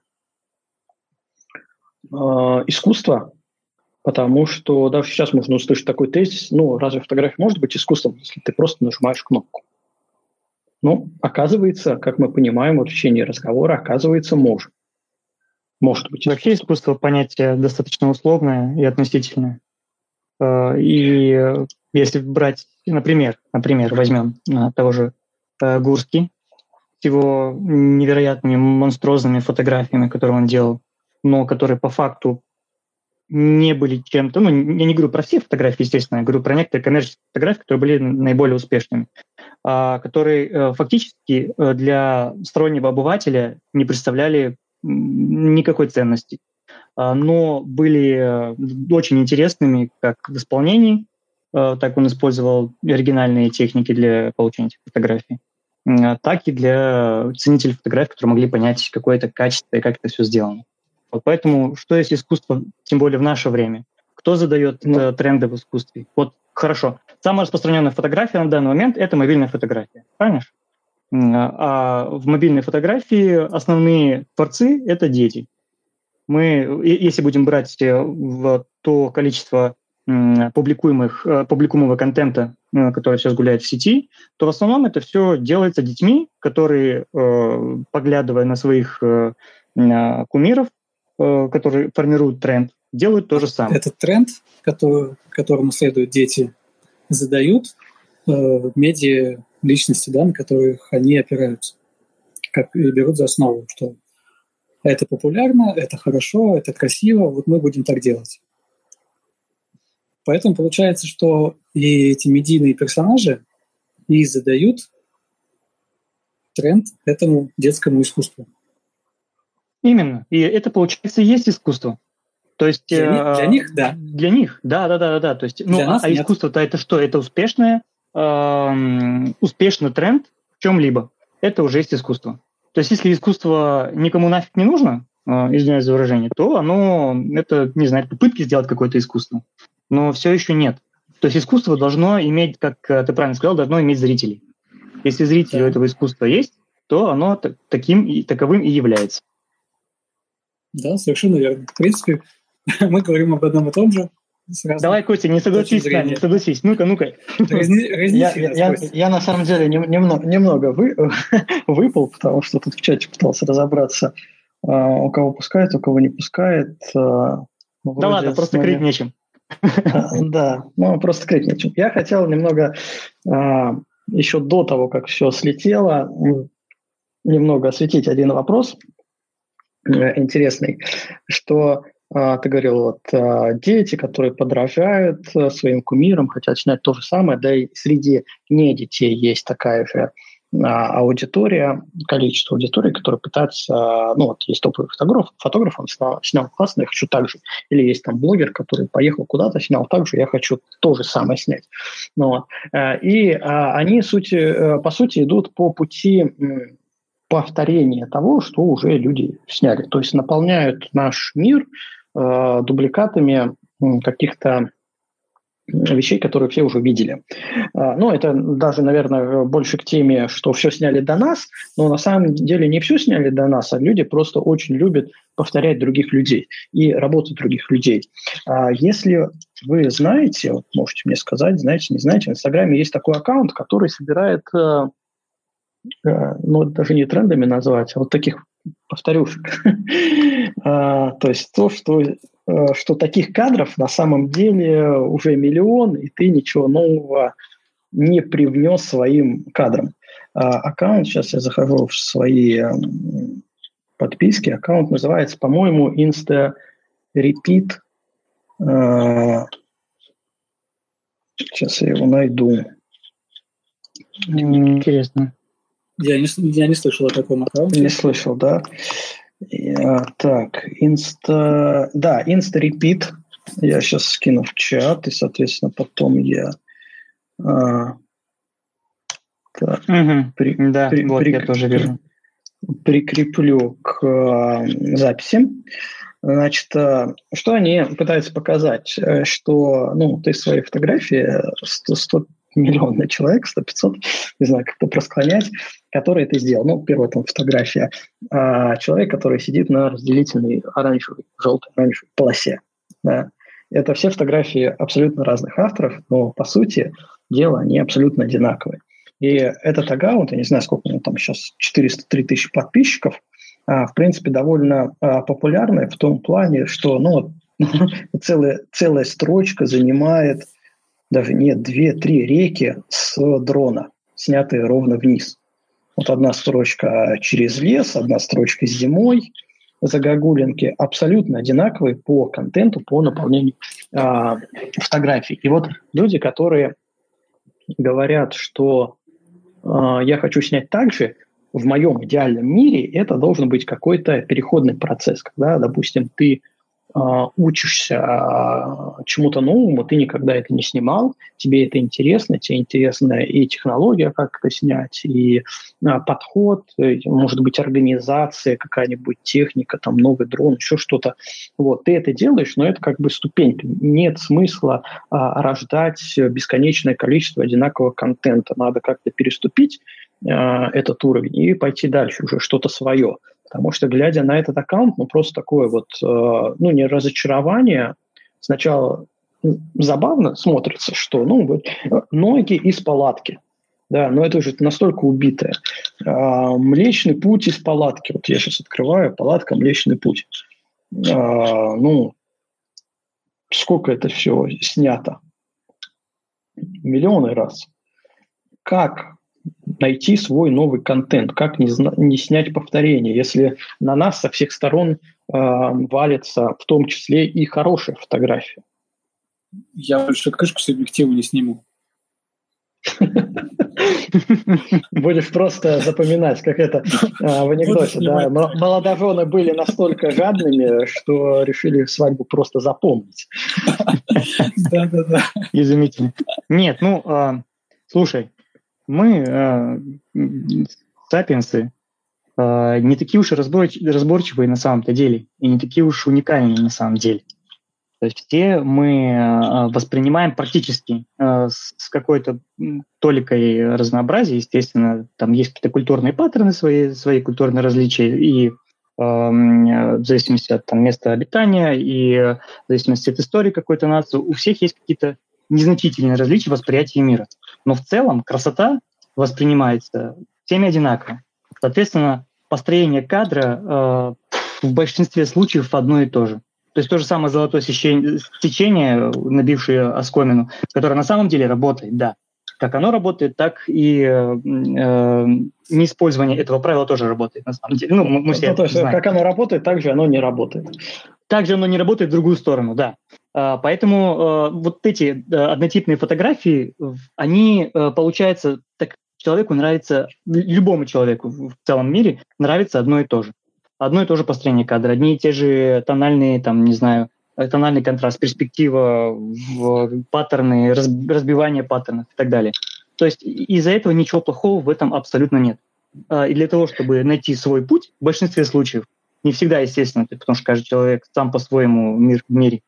э, искусство, потому что даже сейчас можно услышать такой тезис, ну, разве фотография может быть искусством, если ты просто нажимаешь кнопку? Ну, оказывается, как мы понимаем в течение разговора, оказывается, может. Может быть. Вообще искусство понятие достаточно условное и относительное. И если брать, например, например, возьмем того же Гурский с его невероятными монструозными фотографиями, которые он делал, но которые по факту не были чем-то, ну, я не говорю про все фотографии, естественно, я говорю про некоторые коммерческие фотографии, которые были наиболее успешными, которые фактически для стороннего обывателя не представляли никакой ценности, но были очень интересными как в исполнении, так он использовал оригинальные техники для получения этих фотографий, так и для ценителей фотографий, которые могли понять какое-то качество и как это все сделано. Вот поэтому что есть искусство, тем более в наше время? Кто задает ну. тренды в искусстве? Вот хорошо. Самая распространенная фотография на данный момент – это мобильная фотография. Правильно? А в мобильной фотографии основные творцы – это дети. Мы, если будем брать в то количество публикуемых, публикуемого контента, который сейчас гуляет в сети, то в основном это все делается детьми, которые, поглядывая на своих кумиров, которые формируют тренд, делают то же самое. Этот тренд, который, которому следуют дети, задают э, медиа личности, да, на которых они опираются, как и берут за основу, что это популярно, это хорошо, это красиво, вот мы будем так делать. Поэтому получается, что и эти медийные персонажи и задают тренд этому детскому искусству. Именно. И это, получается, и есть искусство. То есть, для, э, для них, да. Для них, да, да, да, да. То есть, ну, а, а искусство-то это что? Это успешное, э, успешный тренд в чем-либо. Это уже есть искусство. То есть, если искусство никому нафиг не нужно, э, извиняюсь за выражение, то оно, это, не знаю, попытки сделать какое-то искусство. Но все еще нет. То есть, искусство должно иметь, как ты правильно сказал, должно иметь зрителей. Если зрители да. у этого искусства есть, то оно таким и таковым и является. Да, совершенно верно. В принципе, мы говорим об одном и том же. Давай, Костя, не согласись с нами, не согласись. Ну-ка, ну-ка. Я, я, я на самом деле немного, немного вы, выпал, потому что тут в чате пытался разобраться, у кого пускает, у кого не пускает. Да ладно, просто крыть нечем. Да, ну просто крыть нечем. Я хотел немного еще до того, как все слетело, немного осветить один вопрос интересный, что ты говорил, вот дети, которые подражают своим кумирам, хотят снять то же самое, да и среди не детей есть такая же аудитория, количество аудитории, которые пытаются, ну вот есть топовый фотограф, фотограф, он снял, снял классно, я хочу так же. Или есть там блогер, который поехал куда-то, снял так же, я хочу то же самое снять. Ну, и они сути, по сути идут по пути повторения того, что уже люди сняли. То есть наполняют наш мир дубликатами каких-то вещей, которые все уже видели. Ну, это даже, наверное, больше к теме, что все сняли до нас, но на самом деле не все сняли до нас, а люди просто очень любят повторять других людей и работу других людей. Если вы знаете, вот можете мне сказать, знаете, не знаете, в Инстаграме есть такой аккаунт, который собирает, ну, даже не трендами назвать, а вот таких повторюшек. То есть то, что что таких кадров на самом деле уже миллион, и ты ничего нового не привнес своим кадрам. А, аккаунт, сейчас я захожу в свои подписки, аккаунт называется, по-моему, Insta Repeat. А, сейчас я его найду. Интересно. Я не, я не слышал о таком аккаунте. Не слышал, да. Так, инста... Да, Insta Repeat. Я сейчас скину в чат, и, соответственно, потом я... А... Так, угу. при... Да, при... вот при... я тоже вижу. Прикреплю к а, записи. Значит, а, что они пытаются показать? Что, ну, ты свои фотографии сто миллионный человек, сто-пятьсот, не знаю, как это просклонять, который это сделал. Ну, первая там фотография. А, человек, который сидит на разделительной оранжевой, желтой, оранжевой полосе. Да. Это все фотографии абсолютно разных авторов, но, по сути дела, они абсолютно одинаковые. И этот аккаунт, я не знаю, сколько у него там сейчас, четыреста три тысячи подписчиков, а, в принципе, довольно а, популярный в том плане, что, ну, целая, целая строчка занимает даже нет, две-три реки с дрона, снятые ровно вниз. Вот одна строчка через лес, одна строчка зимой, загогулинки абсолютно одинаковые по контенту, по наполнению э, фотографий. И вот люди, которые говорят, что э, я хочу снять так же, в моем идеальном мире это должен быть какой-то переходный процесс, когда, допустим, ты учишься чему-то новому, ты никогда это не снимал, тебе это интересно, тебе интересна и технология, как это снять, и подход, может быть, организация, какая-нибудь техника, там, новый дрон, еще что-то. Вот, ты это делаешь, но это как бы ступенька. Нет смысла а, рождать бесконечное количество одинакового контента. Надо как-то переступить а, этот уровень и пойти дальше, уже что-то свое. Потому что, глядя на этот аккаунт, ну, просто такое вот, э, ну, не разочарование. Сначала ну, забавно смотрится, что, ну, вот, ноги из палатки. Да, но это уже настолько убитое. Э, Млечный путь из палатки. Вот я сейчас открываю, палатка, Млечный путь. Э, ну, сколько это все снято? Миллионы раз. Как найти свой новый контент, как не, не снять повторение, если на нас со всех сторон э, валится в том числе и хорошая фотография. Я больше крышку с объектива не сниму. Будешь просто запоминать, как это в анекдоте. Да? Молодожены были настолько жадными, что решили свадьбу просто запомнить. Да-да-да. Изумительно. Нет, ну, слушай, мы, э, сапиенсы, э, не такие уж и разборч- разборчивые на самом-то деле, и не такие уж уникальные на самом деле. То есть все мы э, воспринимаем практически э, с, с какой-то толикой разнообразия, естественно, там есть какие-то культурные паттерны, свои, свои культурные различия, и э, в зависимости от там, места обитания, и в зависимости от истории какой-то нации, у всех есть какие-то незначительные различия восприятия мира. Но в целом красота воспринимается всеми одинаково. Соответственно, построение кадра э, в большинстве случаев одно и то же. То есть то же самое золотое сечение, набившее оскомину, которое на самом деле работает, да. как оно работает, так и э, э, неиспользование этого правила тоже работает, на самом деле. Ну, мы, мы все ну, то есть, знаем. Как оно работает, так же оно не работает. Так же оно не работает в другую сторону, да. А, поэтому э, вот эти э, однотипные фотографии, они, э, получается, так человеку нравится, любому человеку в целом мире нравится одно и то же. Одно и то же построение кадра, одни и те же тональные, там, не знаю, тональный контраст, перспектива, в паттерны, разбивание паттернов и так далее. То есть из-за этого ничего плохого в этом абсолютно нет. И для того, чтобы найти свой путь, в большинстве случаев, не всегда, естественно, потому что каждый человек сам по-своему мир в мире,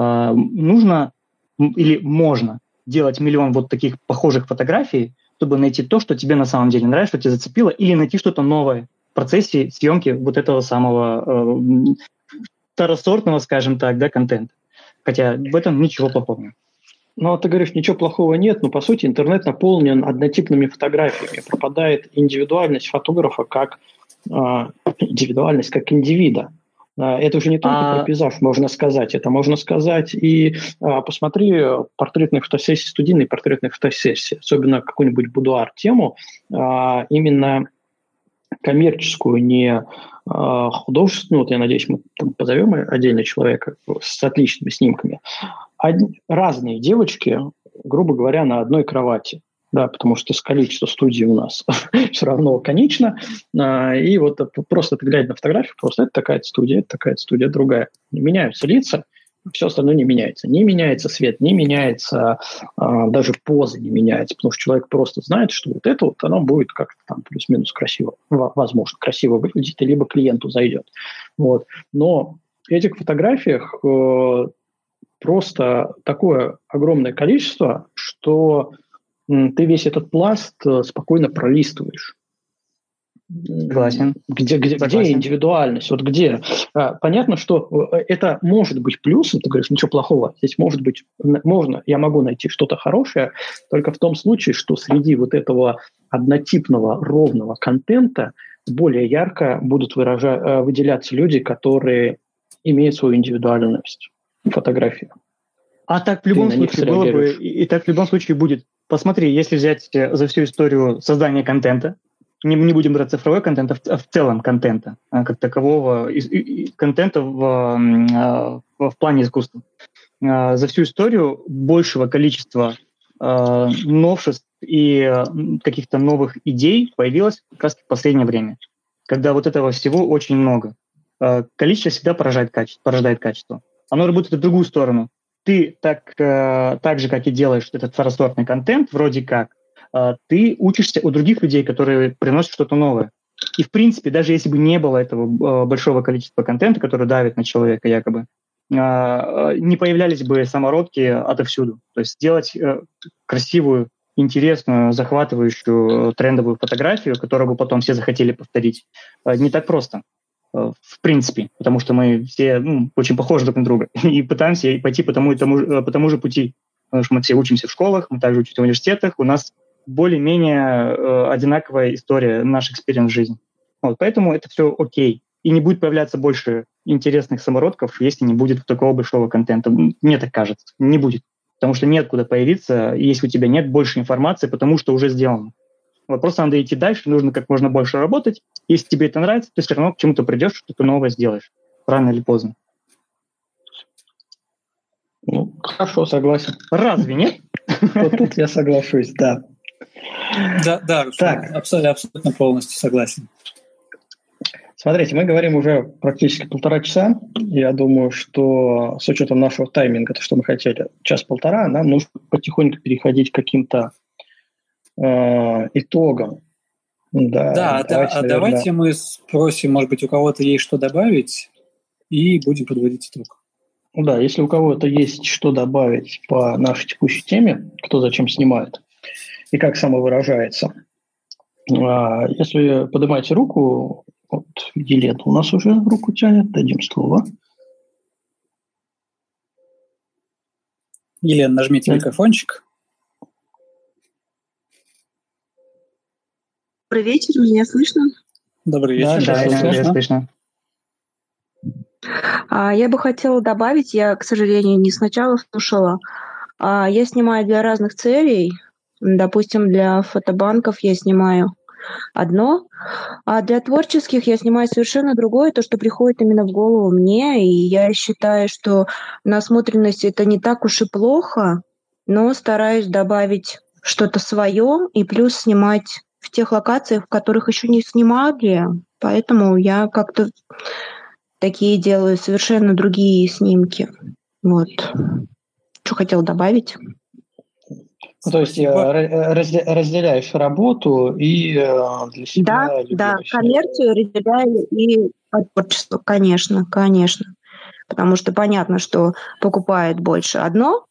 нужно или можно делать миллион вот таких похожих фотографий, чтобы найти то, что тебе на самом деле нравится, что тебя зацепило, или найти что-то новое в процессе съемки вот этого самого второсортного, скажем так, да, контента. Хотя в этом ничего плохого нет. Ну, ты говоришь, ничего плохого нет, но, по сути, интернет наполнен однотипными фотографиями. Пропадает индивидуальность фотографа как э, индивидуальность как индивида. Э, это уже не только а... про пейзаж, можно сказать. Это можно сказать и э, посмотри портретные фотосессии, студийные портретные фотосессии, особенно какую-нибудь будуар-тему, э, именно коммерческую, не э, художественную, вот я надеюсь, мы там позовем отдельно человека с отличными снимками. Одни, разные девочки, грубо говоря, на одной кровати, да, потому что количество студий у нас все равно конечно, э, и вот просто ты глядя на фотографию, просто это такая студия, это такая студия, другая. Меняются лица, все остальное не меняется. Не меняется свет, не меняется, а, даже поза не меняется, потому что человек просто знает, что вот это вот, оно будет как-то там плюс-минус красиво, возможно, красиво выглядит, либо клиенту зайдет. Вот. Но в этих фотографиях э, просто такое огромное количество, что э, ты весь этот пласт э, спокойно пролистываешь. Согласен. Где, где, где индивидуальность? Вот где? А, понятно, что это может быть плюсом, ты говоришь, ничего плохого. Здесь может быть, можно, я могу найти что-то хорошее, только в том случае, что среди вот этого однотипного, ровного контента более ярко будут выража- выделяться люди, которые имеют свою индивидуальность в фотографии. А так в любом случае было бы, и, и так в любом случае будет. Посмотри, если взять за всю историю создания контента, Не, не будем брать цифровой контент, а в, а в целом контента, как такового, и, и, контента в, в, в плане искусства. За всю историю большего количества э, новшеств и каких-то новых идей появилось как раз в последнее время, когда вот этого всего очень много. Э, количество всегда поражает качество, порождает качество. Оно работает в другую сторону. Ты так, э, так же, как и делаешь этот второсортный контент, вроде как, ты учишься у других людей, которые приносят что-то новое. И, в принципе, даже если бы не было этого большого количества контента, который давит на человека якобы, не появлялись бы самородки отовсюду. То есть сделать красивую, интересную, захватывающую, трендовую фотографию, которую бы потом все захотели повторить, не так просто. В принципе, потому что мы все ну, очень похожи друг на друга и пытаемся пойти по тому, и тому, по тому же пути. Потому что мы все учимся в школах, мы также учимся в университетах, у нас более-менее э, одинаковая история, наш экспириенс в жизни. Вот, поэтому это все окей. И не будет появляться больше интересных самородков, если не будет такого большого контента. Мне так кажется. Не будет. Потому что нет куда появиться, если у тебя нет больше информации, потому что уже сделано. Вот, просто надо идти дальше, нужно как можно больше работать. Если тебе это нравится, ты все равно к чему-то придешь, что-то новое сделаешь. Рано или поздно. Ну, хорошо, согласен. Разве нет? Вот тут я соглашусь, да. Да, да, так. Абсолютно, абсолютно полностью согласен. Смотрите, мы говорим уже практически полтора часа. Я думаю, что с учетом нашего тайминга, то, что мы хотели, час-полтора, нам нужно потихоньку переходить к каким-то э, итогам. Да, да, давайте, да наверное... давайте мы спросим, может быть, у кого-то есть что добавить, и будем подводить итог. Да, если у кого-то есть что добавить по нашей текущей теме, кто зачем снимает и как самовыражается. Если поднимаете руку, вот Елена у нас уже руку тянет, дадим слово. Елена, нажмите да. микрофончик. Добрый вечер, меня слышно? Добрый вечер, да, да, слышно. слышно. Я бы хотела добавить, я, к сожалению, не сначала слушала. Я снимаю для разных целей. Допустим, для фотобанков я снимаю одно, а для творческих я снимаю совершенно другое, то, что приходит именно в голову мне, и я считаю, что насмотренность — это не так уж и плохо, но стараюсь добавить что-то свое и плюс снимать в тех локациях, в которых еще не снимали, поэтому я как-то такие делаю совершенно другие снимки. Вот. Что хотела добавить? Ну, то есть разделяешь работу и для себя... Да, да, коммерцию разделяю и творчество, конечно, конечно. Потому что понятно, что покупает больше одно,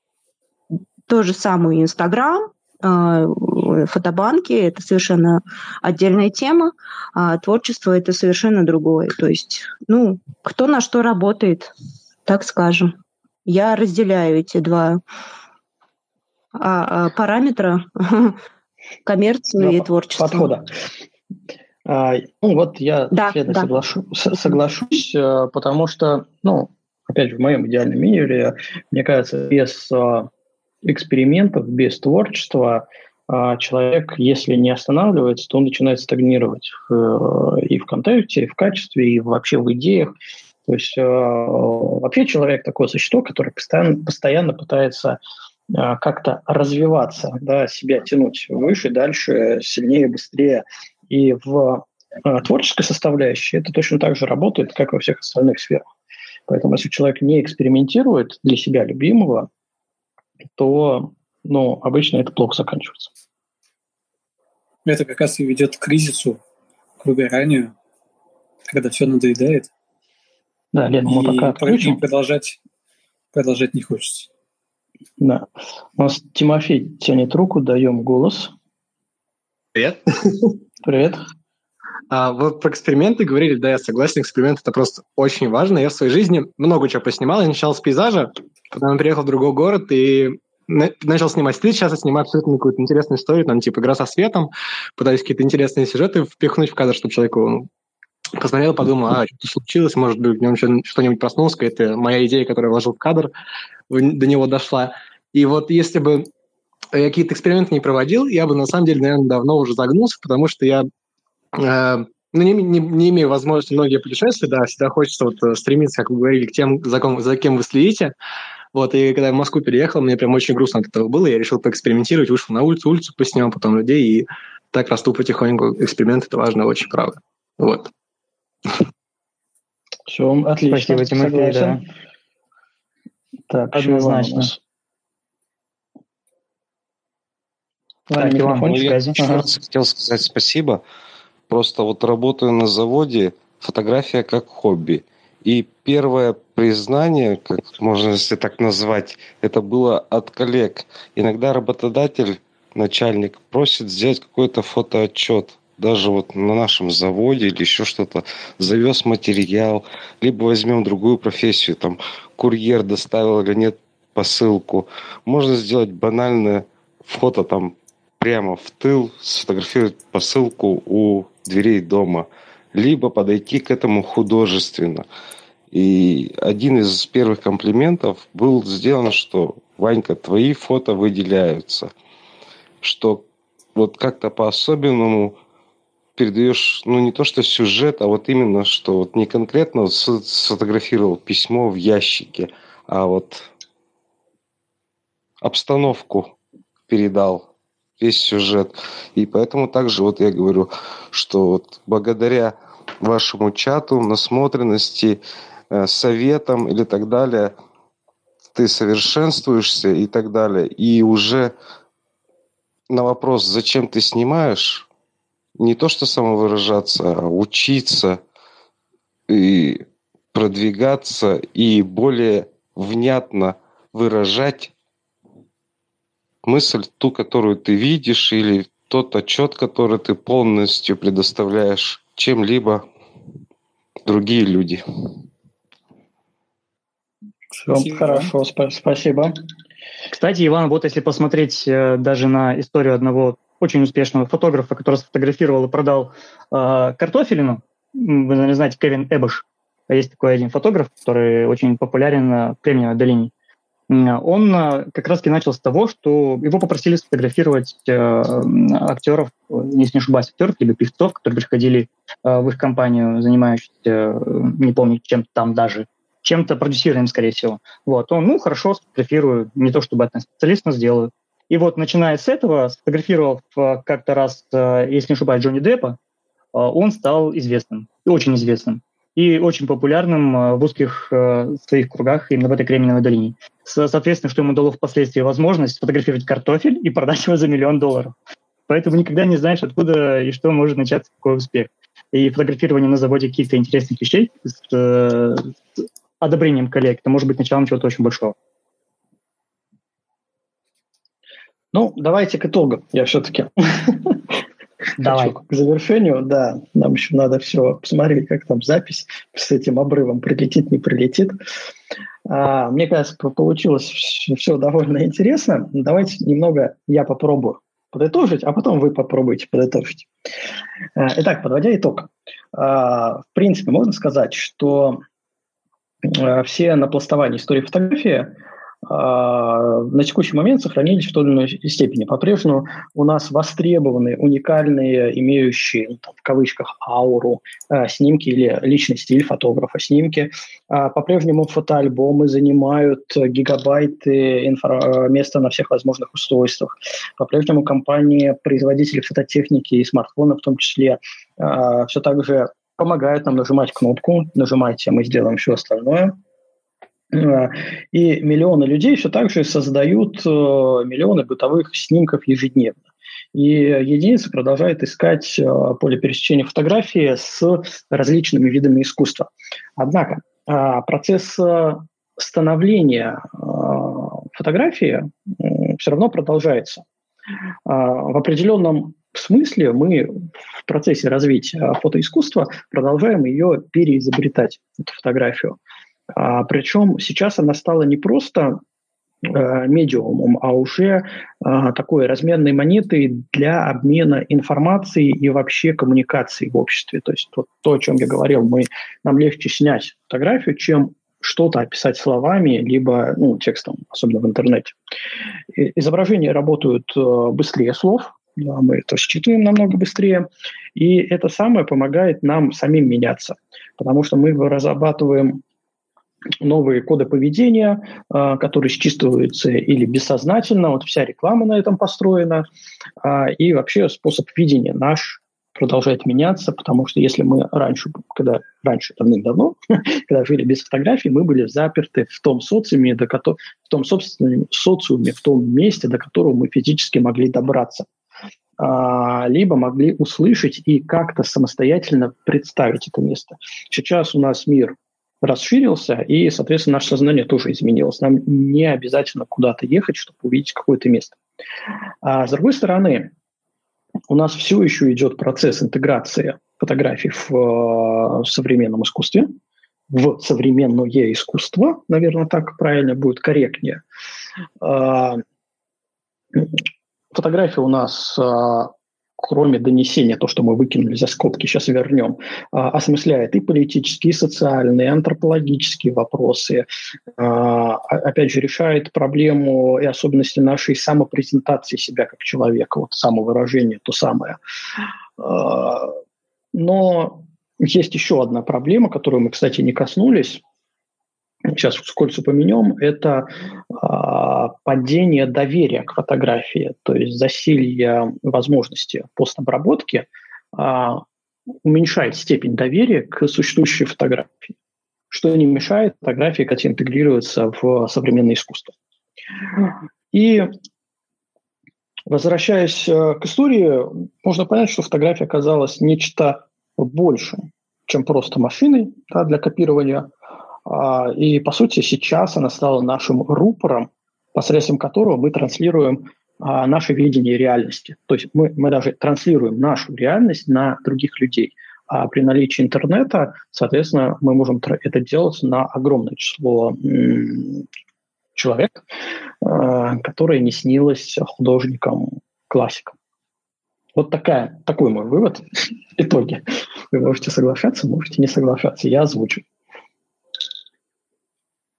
то же самое Инстаграм, фотобанки — это совершенно отдельная тема, а творчество — это совершенно другое. То есть, ну, кто на что работает, так скажем. Я разделяю эти два а, а, параметра коммерцию и творчество. Подхода. А, ну, вот я да, следно да. соглашу, соглашусь, потому что, ну, опять же, в моем идеальном мире, мне кажется, без экспериментов, без творчества человек, если не останавливается, то он начинает стагнировать и в контенте, и в качестве, и вообще в идеях. То есть вообще человек такое существо, которое постоянно, постоянно пытается как-то развиваться, да, себя тянуть выше, дальше, сильнее, быстрее. И в творческой составляющей это точно так же работает, как во всех остальных сферах. Поэтому если человек не экспериментирует для себя любимого, то, ну, обычно это плохо заканчивается. Это как раз и ведет к кризису, к выгоранию, когда все надоедает. Да, Лена, мы пока отключим. И продолжать, продолжать не хочется. Да. У нас Тимофей тянет руку, даем голос. Привет. Привет. А, вы про эксперименты говорили, да, я согласен, эксперимент — это просто очень важно. Я в своей жизни много чего поснимал. Я начал с пейзажа, потом приехал в другой город и начал снимать стрит. Сейчас я снимаю абсолютно какую-то интересную историю, там типа игра со светом, пытаюсь какие-то интересные сюжеты впихнуть в кадр, чтобы человеку, ну, посмотрел, подумал, а, что-то случилось, может быть, в нем что-нибудь проснулось, какая-то моя идея, которую я вложил в кадр, до него дошла. И вот если бы я какие-то эксперименты не проводил, я бы, на самом деле, наверное, давно уже загнулся, потому что я э, ну, не, не, не имею возможности многие путешествия, да, всегда хочется вот стремиться, как вы говорили, к тем, за кем, за кем вы следите. Вот, и когда я в Москву переехал, мне прям очень грустно от этого было, я решил поэкспериментировать, вышел на улицу, улицу поснимал, потом людей, и так расту потихоньку. Эксперимент — это важно, очень правда. Вот. Все, отлично. Спасибо, Тимофей, да. Так, однозначно. Так, Иван, ну, я ага. хотел сказать спасибо. Просто вот работаю на заводе, фотография как хобби. И первое признание, как можно если так назвать, это было от коллег. Иногда работодатель, начальник, просит сделать какой-то фотоотчет. Даже вот на нашем заводе или еще что-то, завез материал, либо возьмем другую профессию, там, курьер доставил или нет посылку. Можно сделать банальное фото там прямо в тыл, сфотографировать посылку у дверей дома, либо подойти к этому художественно. И один из первых комплиментов был сделан, что «Ванька, твои фото выделяются», что вот как-то по-особенному передаешь, ну, не то что сюжет, а вот именно, что вот не конкретно сфотографировал письмо в ящике, а вот обстановку передал, весь сюжет. И поэтому также вот я говорю, что вот благодаря вашему чату, насмотренности, советам или так далее, ты совершенствуешься и так далее. И уже на вопрос, зачем ты снимаешь, не то что самовыражаться, а учиться и продвигаться и более внятно выражать мысль, ту, которую ты видишь, или тот отчет, который ты полностью предоставляешь чем-либо другие люди. Все, спасибо. Хорошо, сп- спасибо. Кстати, Иван, вот если посмотреть э, даже на историю одного очень успешного фотографа, который сфотографировал и продал э, картофелину, вы, наверное, знаете, Кевин Эбош. Есть такой один фотограф, который очень популярен в Кремниевой долине. Он как раз-таки начал с того, что его попросили сфотографировать э, актеров, если не ошибаюсь, актеров, либо певцов, которые приходили э, в их компанию, занимающихся, э, не помню, чем-то там даже, чем-то продюсированием, скорее всего. Вот. Он, ну, хорошо, сфотографирую, не то чтобы это специалист, но сделаю. И вот, начиная с этого, сфотографировав э, как-то раз, э, если не ошибаюсь, Джонни Деппа, э, он стал известным, очень известным. И очень популярным в узких э, своих кругах именно в этой Кремниевой долине. Соответственно, что ему дало впоследствии возможность фотографировать картофель и продать его за миллион долларов. Поэтому никогда не знаешь, откуда и что может начаться такой успех. И фотографирование на заводе каких-то интересных вещей с, э, с одобрением коллег, это может быть началом чего-то очень большого. Ну, давайте к итогам. Я все-таки... Давай. Хочу к завершению, да, нам еще надо все посмотреть, как там запись с этим обрывом прилетит, не прилетит. А, мне кажется, получилось все довольно интересно. Давайте немного я попробую подытожить, а потом вы попробуйте подытожить. А, итак, подводя итог. А, в принципе, можно сказать, что а, все напластования истории фотографии на текущий момент сохранились в той или иной степени. По-прежнему у нас востребованы уникальные, имеющие, ну, там, в кавычках, ауру э, снимки или личный стиль фотографа снимки. А по-прежнему фотоальбомы занимают гигабайты инфра- места на всех возможных устройствах. По-прежнему компании, производители фототехники и смартфонов в том числе э, все так же помогают нам нажимать кнопку, нажимайте, мы сделаем все остальное. И миллионы людей все так же создают миллионы бытовых снимков ежедневно. И единицы продолжают искать поле пересечения фотографии с различными видами искусства. Однако процесс становления фотографии все равно продолжается. В определенном смысле мы в процессе развития фотоискусства продолжаем ее переизобретать, эту фотографию. А, причем сейчас она стала не просто э, медиумом, а уже э, такой разменной монетой для обмена информацией и вообще коммуникацией в обществе. То есть вот то, о чем я говорил, мы, нам легче снять фотографию, чем что-то описать словами, либо ну, текстом, особенно в интернете. И, изображения работают э, быстрее слов, да, мы это считываем намного быстрее, и это самое помогает нам самим меняться, потому что мы разрабатываем новые коды поведения, которые считываются или бессознательно. Вот вся реклама на этом построена. И вообще способ видения наш продолжает меняться, потому что если мы раньше, когда раньше, давным-давно, когда жили без фотографий, мы были заперты в том социуме, до которого, в том собственном социуме, в том месте, до которого мы физически могли добраться. Либо могли услышать и как-то самостоятельно представить это место. Сейчас у нас мир расширился, и, соответственно, наше сознание тоже изменилось. Нам не обязательно куда-то ехать, чтобы увидеть какое-то место. А с другой стороны, у нас все еще идет процесс интеграции фотографий в, в современном искусстве, в современное искусство, наверное, так правильно будет, корректнее. Фотография у нас, кроме донесения, то, что мы выкинули за скобки, сейчас вернем, осмысляет и политические, и социальные, и антропологические вопросы. Опять же, решает проблему и особенности нашей самопрезентации себя как человека, вот самовыражение, то самое. Но есть еще одна проблема, которую мы, кстати, не коснулись. Сейчас вскользь упомянем, это а, падение доверия к фотографии, то есть засилье возможности постобработки а, уменьшает степень доверия к существующей фотографии, что не мешает фотографии как-то интегрироваться в современное искусство. И возвращаясь к истории, можно понять, что фотография оказалась нечто большим, чем просто машиной, да, для копирования. И, по сути, сейчас она стала нашим рупором, посредством которого мы транслируем а, наше видение реальности. То есть мы, мы даже транслируем нашу реальность на других людей. А при наличии интернета, соответственно, мы можем это делать на огромное число м- человек, а, которое не снилось художникам-классикам. Вот такая, такой мой вывод в итоге. Вы можете соглашаться, можете не соглашаться. Я озвучу.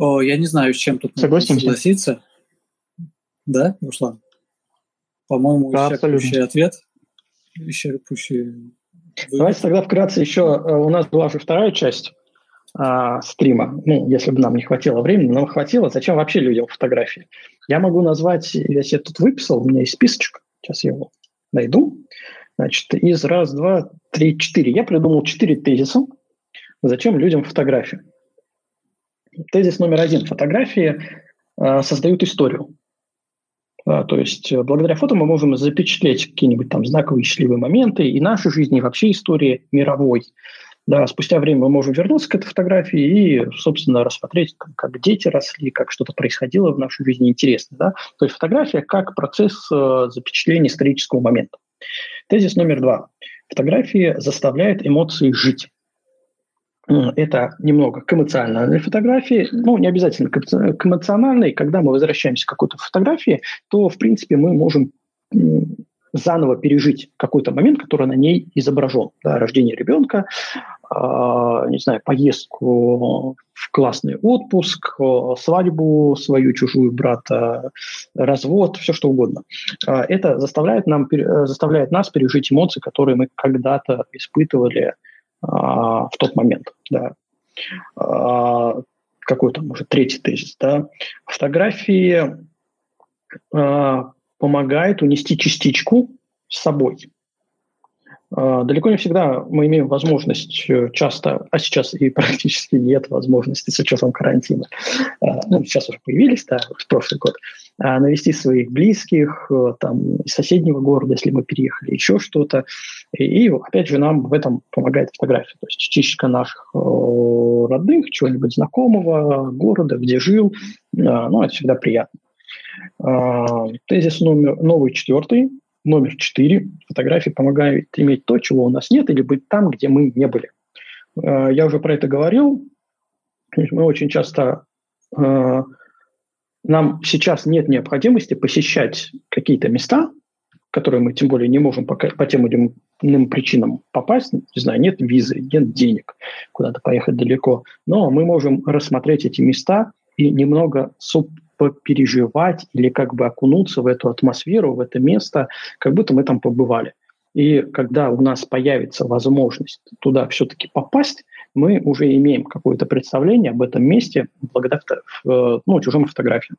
О, я не знаю, с чем тут Согласимся? согласиться. Да, Руслан? По-моему, Да, исчерпывающий абсолютно. ответ. Исчерпывающий. Давайте тогда вкратце еще. У нас была же вторая часть а, стрима. Ну, если бы нам не хватило времени, нам хватило. Зачем вообще людям фотографии? Я могу назвать, я себе тут выписал, у меня есть списочек. Сейчас я его найду. Значит, из раз, два, три, четыре. Я придумал четыре тезиса. Зачем людям фотографии? Тезис номер один. Фотографии а, создают историю. Да, то есть благодаря фото мы можем запечатлеть какие-нибудь там знаковые счастливые моменты и нашей жизни, и вообще истории мировой. Да, спустя время мы можем вернуться к этой фотографии и, собственно, рассмотреть, как, как дети росли, как что-то происходило в нашей жизни интересно. Да? То есть фотография как процесс э, запечатления исторического момента. Тезис номер два. Фотографии заставляют эмоции жить. Это немного к эмоциональной фотографии, ну, не обязательно к эмоциональной. Когда мы возвращаемся к какой-то фотографии, то, в принципе, мы можем заново пережить какой-то момент, который на ней изображен. Да, рождение ребенка, э, не знаю, поездку в классный отпуск, свадьбу свою, чужую брата, развод, все что угодно. Это заставляет, нам, заставляет нас пережить эмоции, которые мы когда-то испытывали в тот момент, да. Какой там, может, третий тезис, да. Фотографии а, помогают унести частичку с собой. А, далеко не всегда мы имеем возможность часто, а сейчас и практически нет возможности с учетом карантина, а, ну, сейчас уже появились, да, в прошлый год, а, навести своих близких, там, из соседнего города, если мы переехали, еще что-то. И, и, опять же, нам в этом помогает фотография. То есть частичка наших э, родных, чего-нибудь знакомого, города, где жил. Э, ну, это всегда приятно. Э, тезис номер, новый четвертый, номер четыре. Фотографии помогают иметь то, чего у нас нет, или быть там, где мы не были. Э, я уже про это говорил. Мы очень часто... Э, нам сейчас нет необходимости посещать какие-то места, в которые мы тем более не можем по, по тем или иным причинам попасть, не знаю, нет визы, нет денег куда-то поехать далеко, но мы можем рассмотреть эти места и немного попереживать или как бы окунуться в эту атмосферу, в это место, как будто мы там побывали. И когда у нас появится возможность туда все-таки попасть, мы уже имеем какое-то представление об этом месте благодаря ну, чужим фотографиям.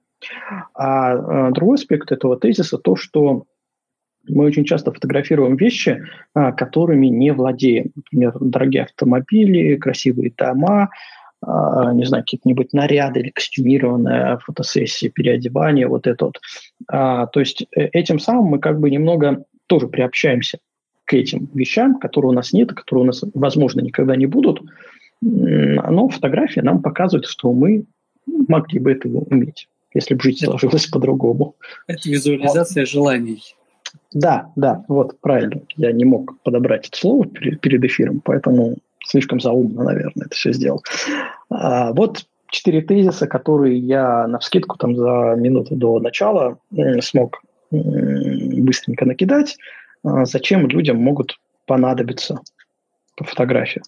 А другой аспект этого тезиса то, что мы очень часто фотографируем вещи, которыми не владеем. Например, дорогие автомобили, красивые дома, не знаю, какие-нибудь наряды или костюмированная фотосессия, переодевание, вот это вот. То есть этим самым мы как бы немного тоже приобщаемся к этим вещам, которые у нас нет, которые у нас, возможно, никогда не будут. Но фотографии нам показывают, что мы могли бы это уметь, если бы жизнь сложилась по-другому. Это визуализация желаний. Да, да, вот, правильно. Я не мог подобрать это слово перед эфиром, поэтому слишком заумно, наверное, это все сделал. А, вот четыре тезиса, которые я навскидку там за минуту до начала смог быстренько накидать. А, зачем людям могут понадобиться фотографии?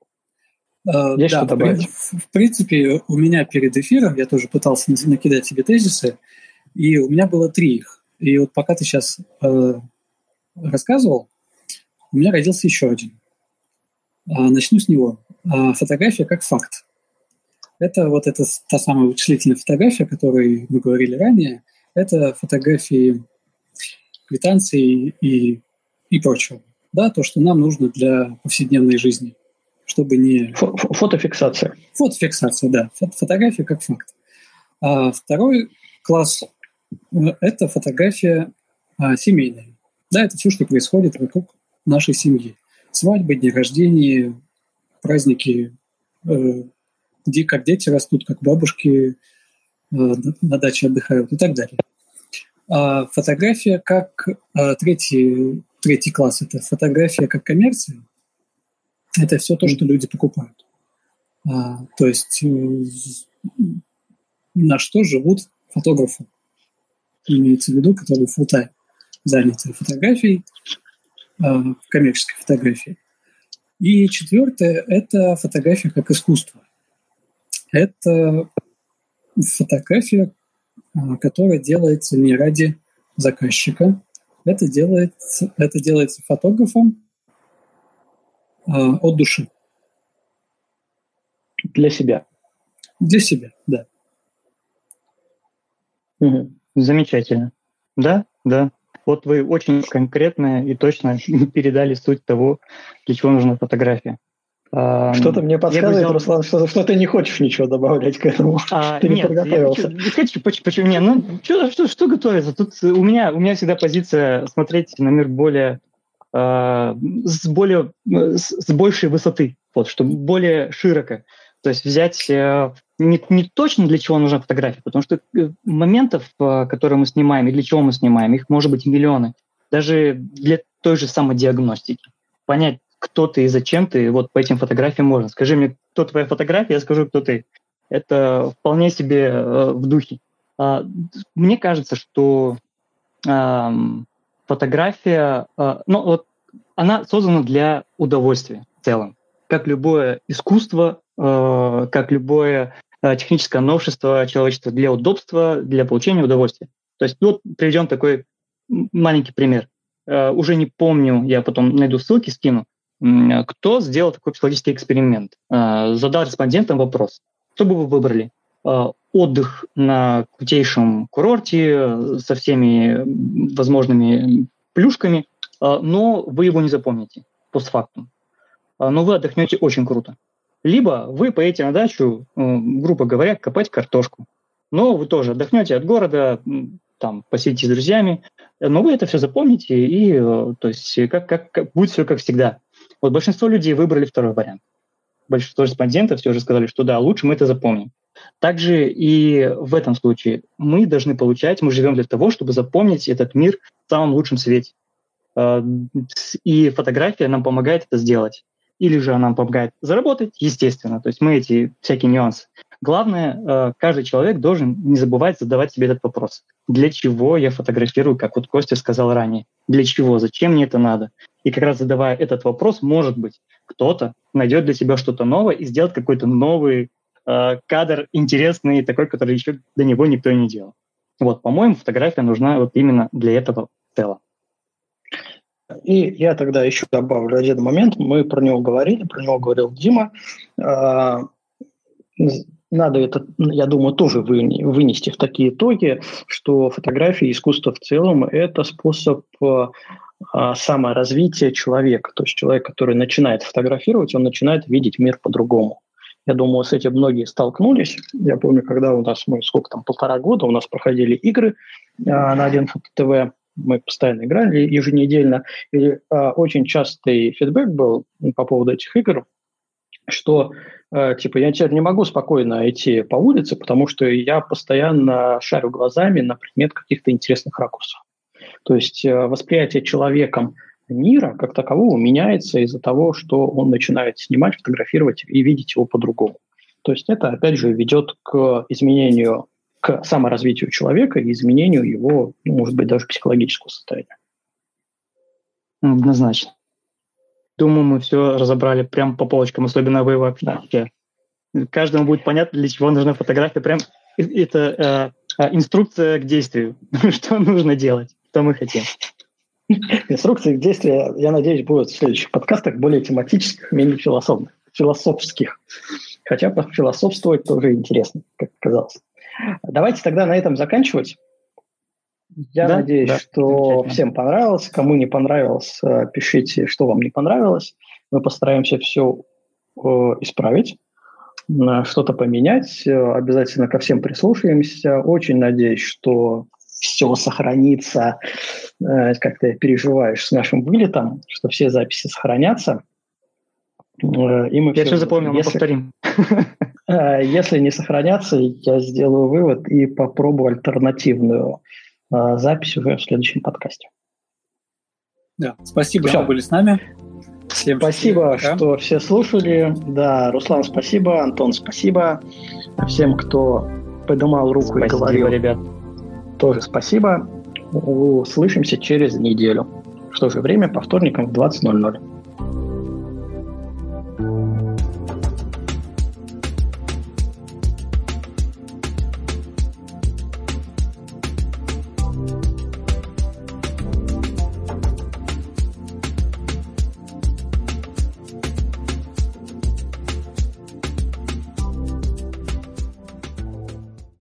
Uh, Есть да, что добавить? В, в принципе, у меня перед эфиром, я тоже пытался накидать себе тезисы, и у меня было три их. И вот пока ты сейчас э, рассказывал, у меня родился еще один. А, начну с него. А, фотография как факт. Это вот эта та самая вычислительная фотография, о которой мы говорили ранее. Это фотографии квитанций и, и прочего. Да, то, что нам нужно для повседневной жизни. Чтобы не... Фотофиксация. Фотофиксация, да. Фотография как факт. А второй класс – это фотография а, семейная. Да, это все, что происходит вокруг нашей семьи. Свадьбы, дни рождения, праздники, э, где, как дети растут, как бабушки э, на даче отдыхают и так далее. А фотография как а, третий, третий класс – это фотография как коммерция. Это все то, что люди покупают. А, то есть э, на что живут фотографы, имеется в виду, которые full-time заняты фотографией, э, коммерческой фотографией. И четвертое – это фотография как искусство. Это фотография, которая делается не ради заказчика. Это делается, это делается фотографом от души. Для себя. Для себя, да. Угу. Замечательно. Да, да. Вот вы очень конкретно и точно передали суть того, для чего нужна фотография. Что-то мне подсказывает, взял... Руслан, что, что ты не хочешь ничего добавлять к этому. А, ты не нет, подготовился. Я хочу, почему, почему, не, ну, что, что, что готовиться? Тут у меня, у меня всегда позиция смотреть на мир более, э, с, более с, с большей высоты, вот, чтобы более широко. То есть взять э, не, не точно, для чего нужна фотография, потому что моментов, э, которые мы снимаем, и для чего мы снимаем, их может быть миллионы. Даже для той же самодиагностики. Понять, кто ты и зачем ты, вот по этим фотографиям можно. Скажи мне, кто твоя фотография, я скажу, кто ты. Это вполне себе э, в духе. А, мне кажется, что э, фотография, э, ну, вот, она создана для удовольствия в целом. Как любое искусство, э, как любое э, техническое новшество человечества, для удобства, для получения удовольствия. То есть вот приведем такой маленький пример. Э, уже не помню, я потом найду ссылки, скину. Кто сделал такой психологический эксперимент? Задал респондентам вопрос. Что бы вы выбрали? Отдых на крутейшем курорте со всеми возможными плюшками, но вы его не запомните постфактум. Но вы отдохнете очень круто. Либо вы поедете на дачу, грубо говоря, копать картошку. Но вы тоже отдохнете от города, там, посидите с друзьями, но вы это все запомните, и то есть, как, как, как, будет все как всегда. Вот большинство людей выбрали второй вариант. Большинство респондентов все же сказали, что да, лучше мы это запомним. Также и в этом случае мы должны получать, мы живем для того, чтобы запомнить этот мир в самом лучшем свете. И фотография нам помогает это сделать. Или же она нам помогает заработать, естественно. То есть мы эти всякие нюансы. Главное, каждый человек должен не забывать задавать себе этот вопрос. Для чего я фотографирую, как вот Костя сказал ранее? Для чего? Зачем мне это надо? И как раз задавая этот вопрос, может быть, кто-то найдет для себя что-то новое и сделает какой-то новый э, кадр интересный, такой, который еще до него никто и не делал. Вот, по-моему, фотография нужна вот именно для этого целого. И я тогда еще добавлю один момент. Мы про него говорили, про него говорил Дима. Надо это, я думаю, тоже вынести в такие итоги, что фотография и искусство в целом – это способ саморазвития человека. То есть человек, который начинает фотографировать, он начинает видеть мир по-другому. Я думаю, с этим многие столкнулись. Я помню, когда у нас, мы сколько там, полтора года, у нас проходили игры на один фото тэ вэ. Мы постоянно играли еженедельно. И а, очень частый фидбэк был по поводу этих игр, что а, типа я теперь не могу спокойно идти по улице, потому что я постоянно шарю глазами на предмет каких-то интересных ракурсов. То есть а, восприятие человеком мира как такового меняется из-за того, что он начинает снимать, фотографировать и видеть его по-другому. То есть это, опять же, ведет к изменению, к саморазвитию человека и изменению его, ну, может быть, даже психологического состояния. Однозначно. Думаю, мы все разобрали прям по полочкам, особенно вы вообще. Да. Каждому будет понятно, для чего нужна фотография. Прям это э, инструкция к действию, что нужно делать, что мы хотим. Инструкции к действию, я надеюсь, будут в следующих подкастах более тематических, менее философских. философских. Хотя пофилософствовать тоже интересно, как казалось. Давайте тогда на этом заканчивать. Я да, надеюсь, да, что всем понравилось. Кому не понравилось, пишите, что вам не понравилось. Мы постараемся все э, исправить, что-то поменять. Обязательно ко всем прислушаемся. Очень надеюсь, что все сохранится. Э, как ты переживаешь с нашим вылетом, что все записи сохранятся. Э, и мы Я все запомнил, мы повторим. Если не сохранятся, я сделаю вывод и попробую альтернативную э, запись уже в следующем подкасте. Да, спасибо, все. Что были с нами. Всем спасибо, да? Что все слушали. Да, Руслан, спасибо. Антон, спасибо. Всем, кто поднимал руку спасибо, и говорил, ребят. Тоже спасибо. Услышимся через неделю. В то же время по вторникам в двадцать ноль ноль.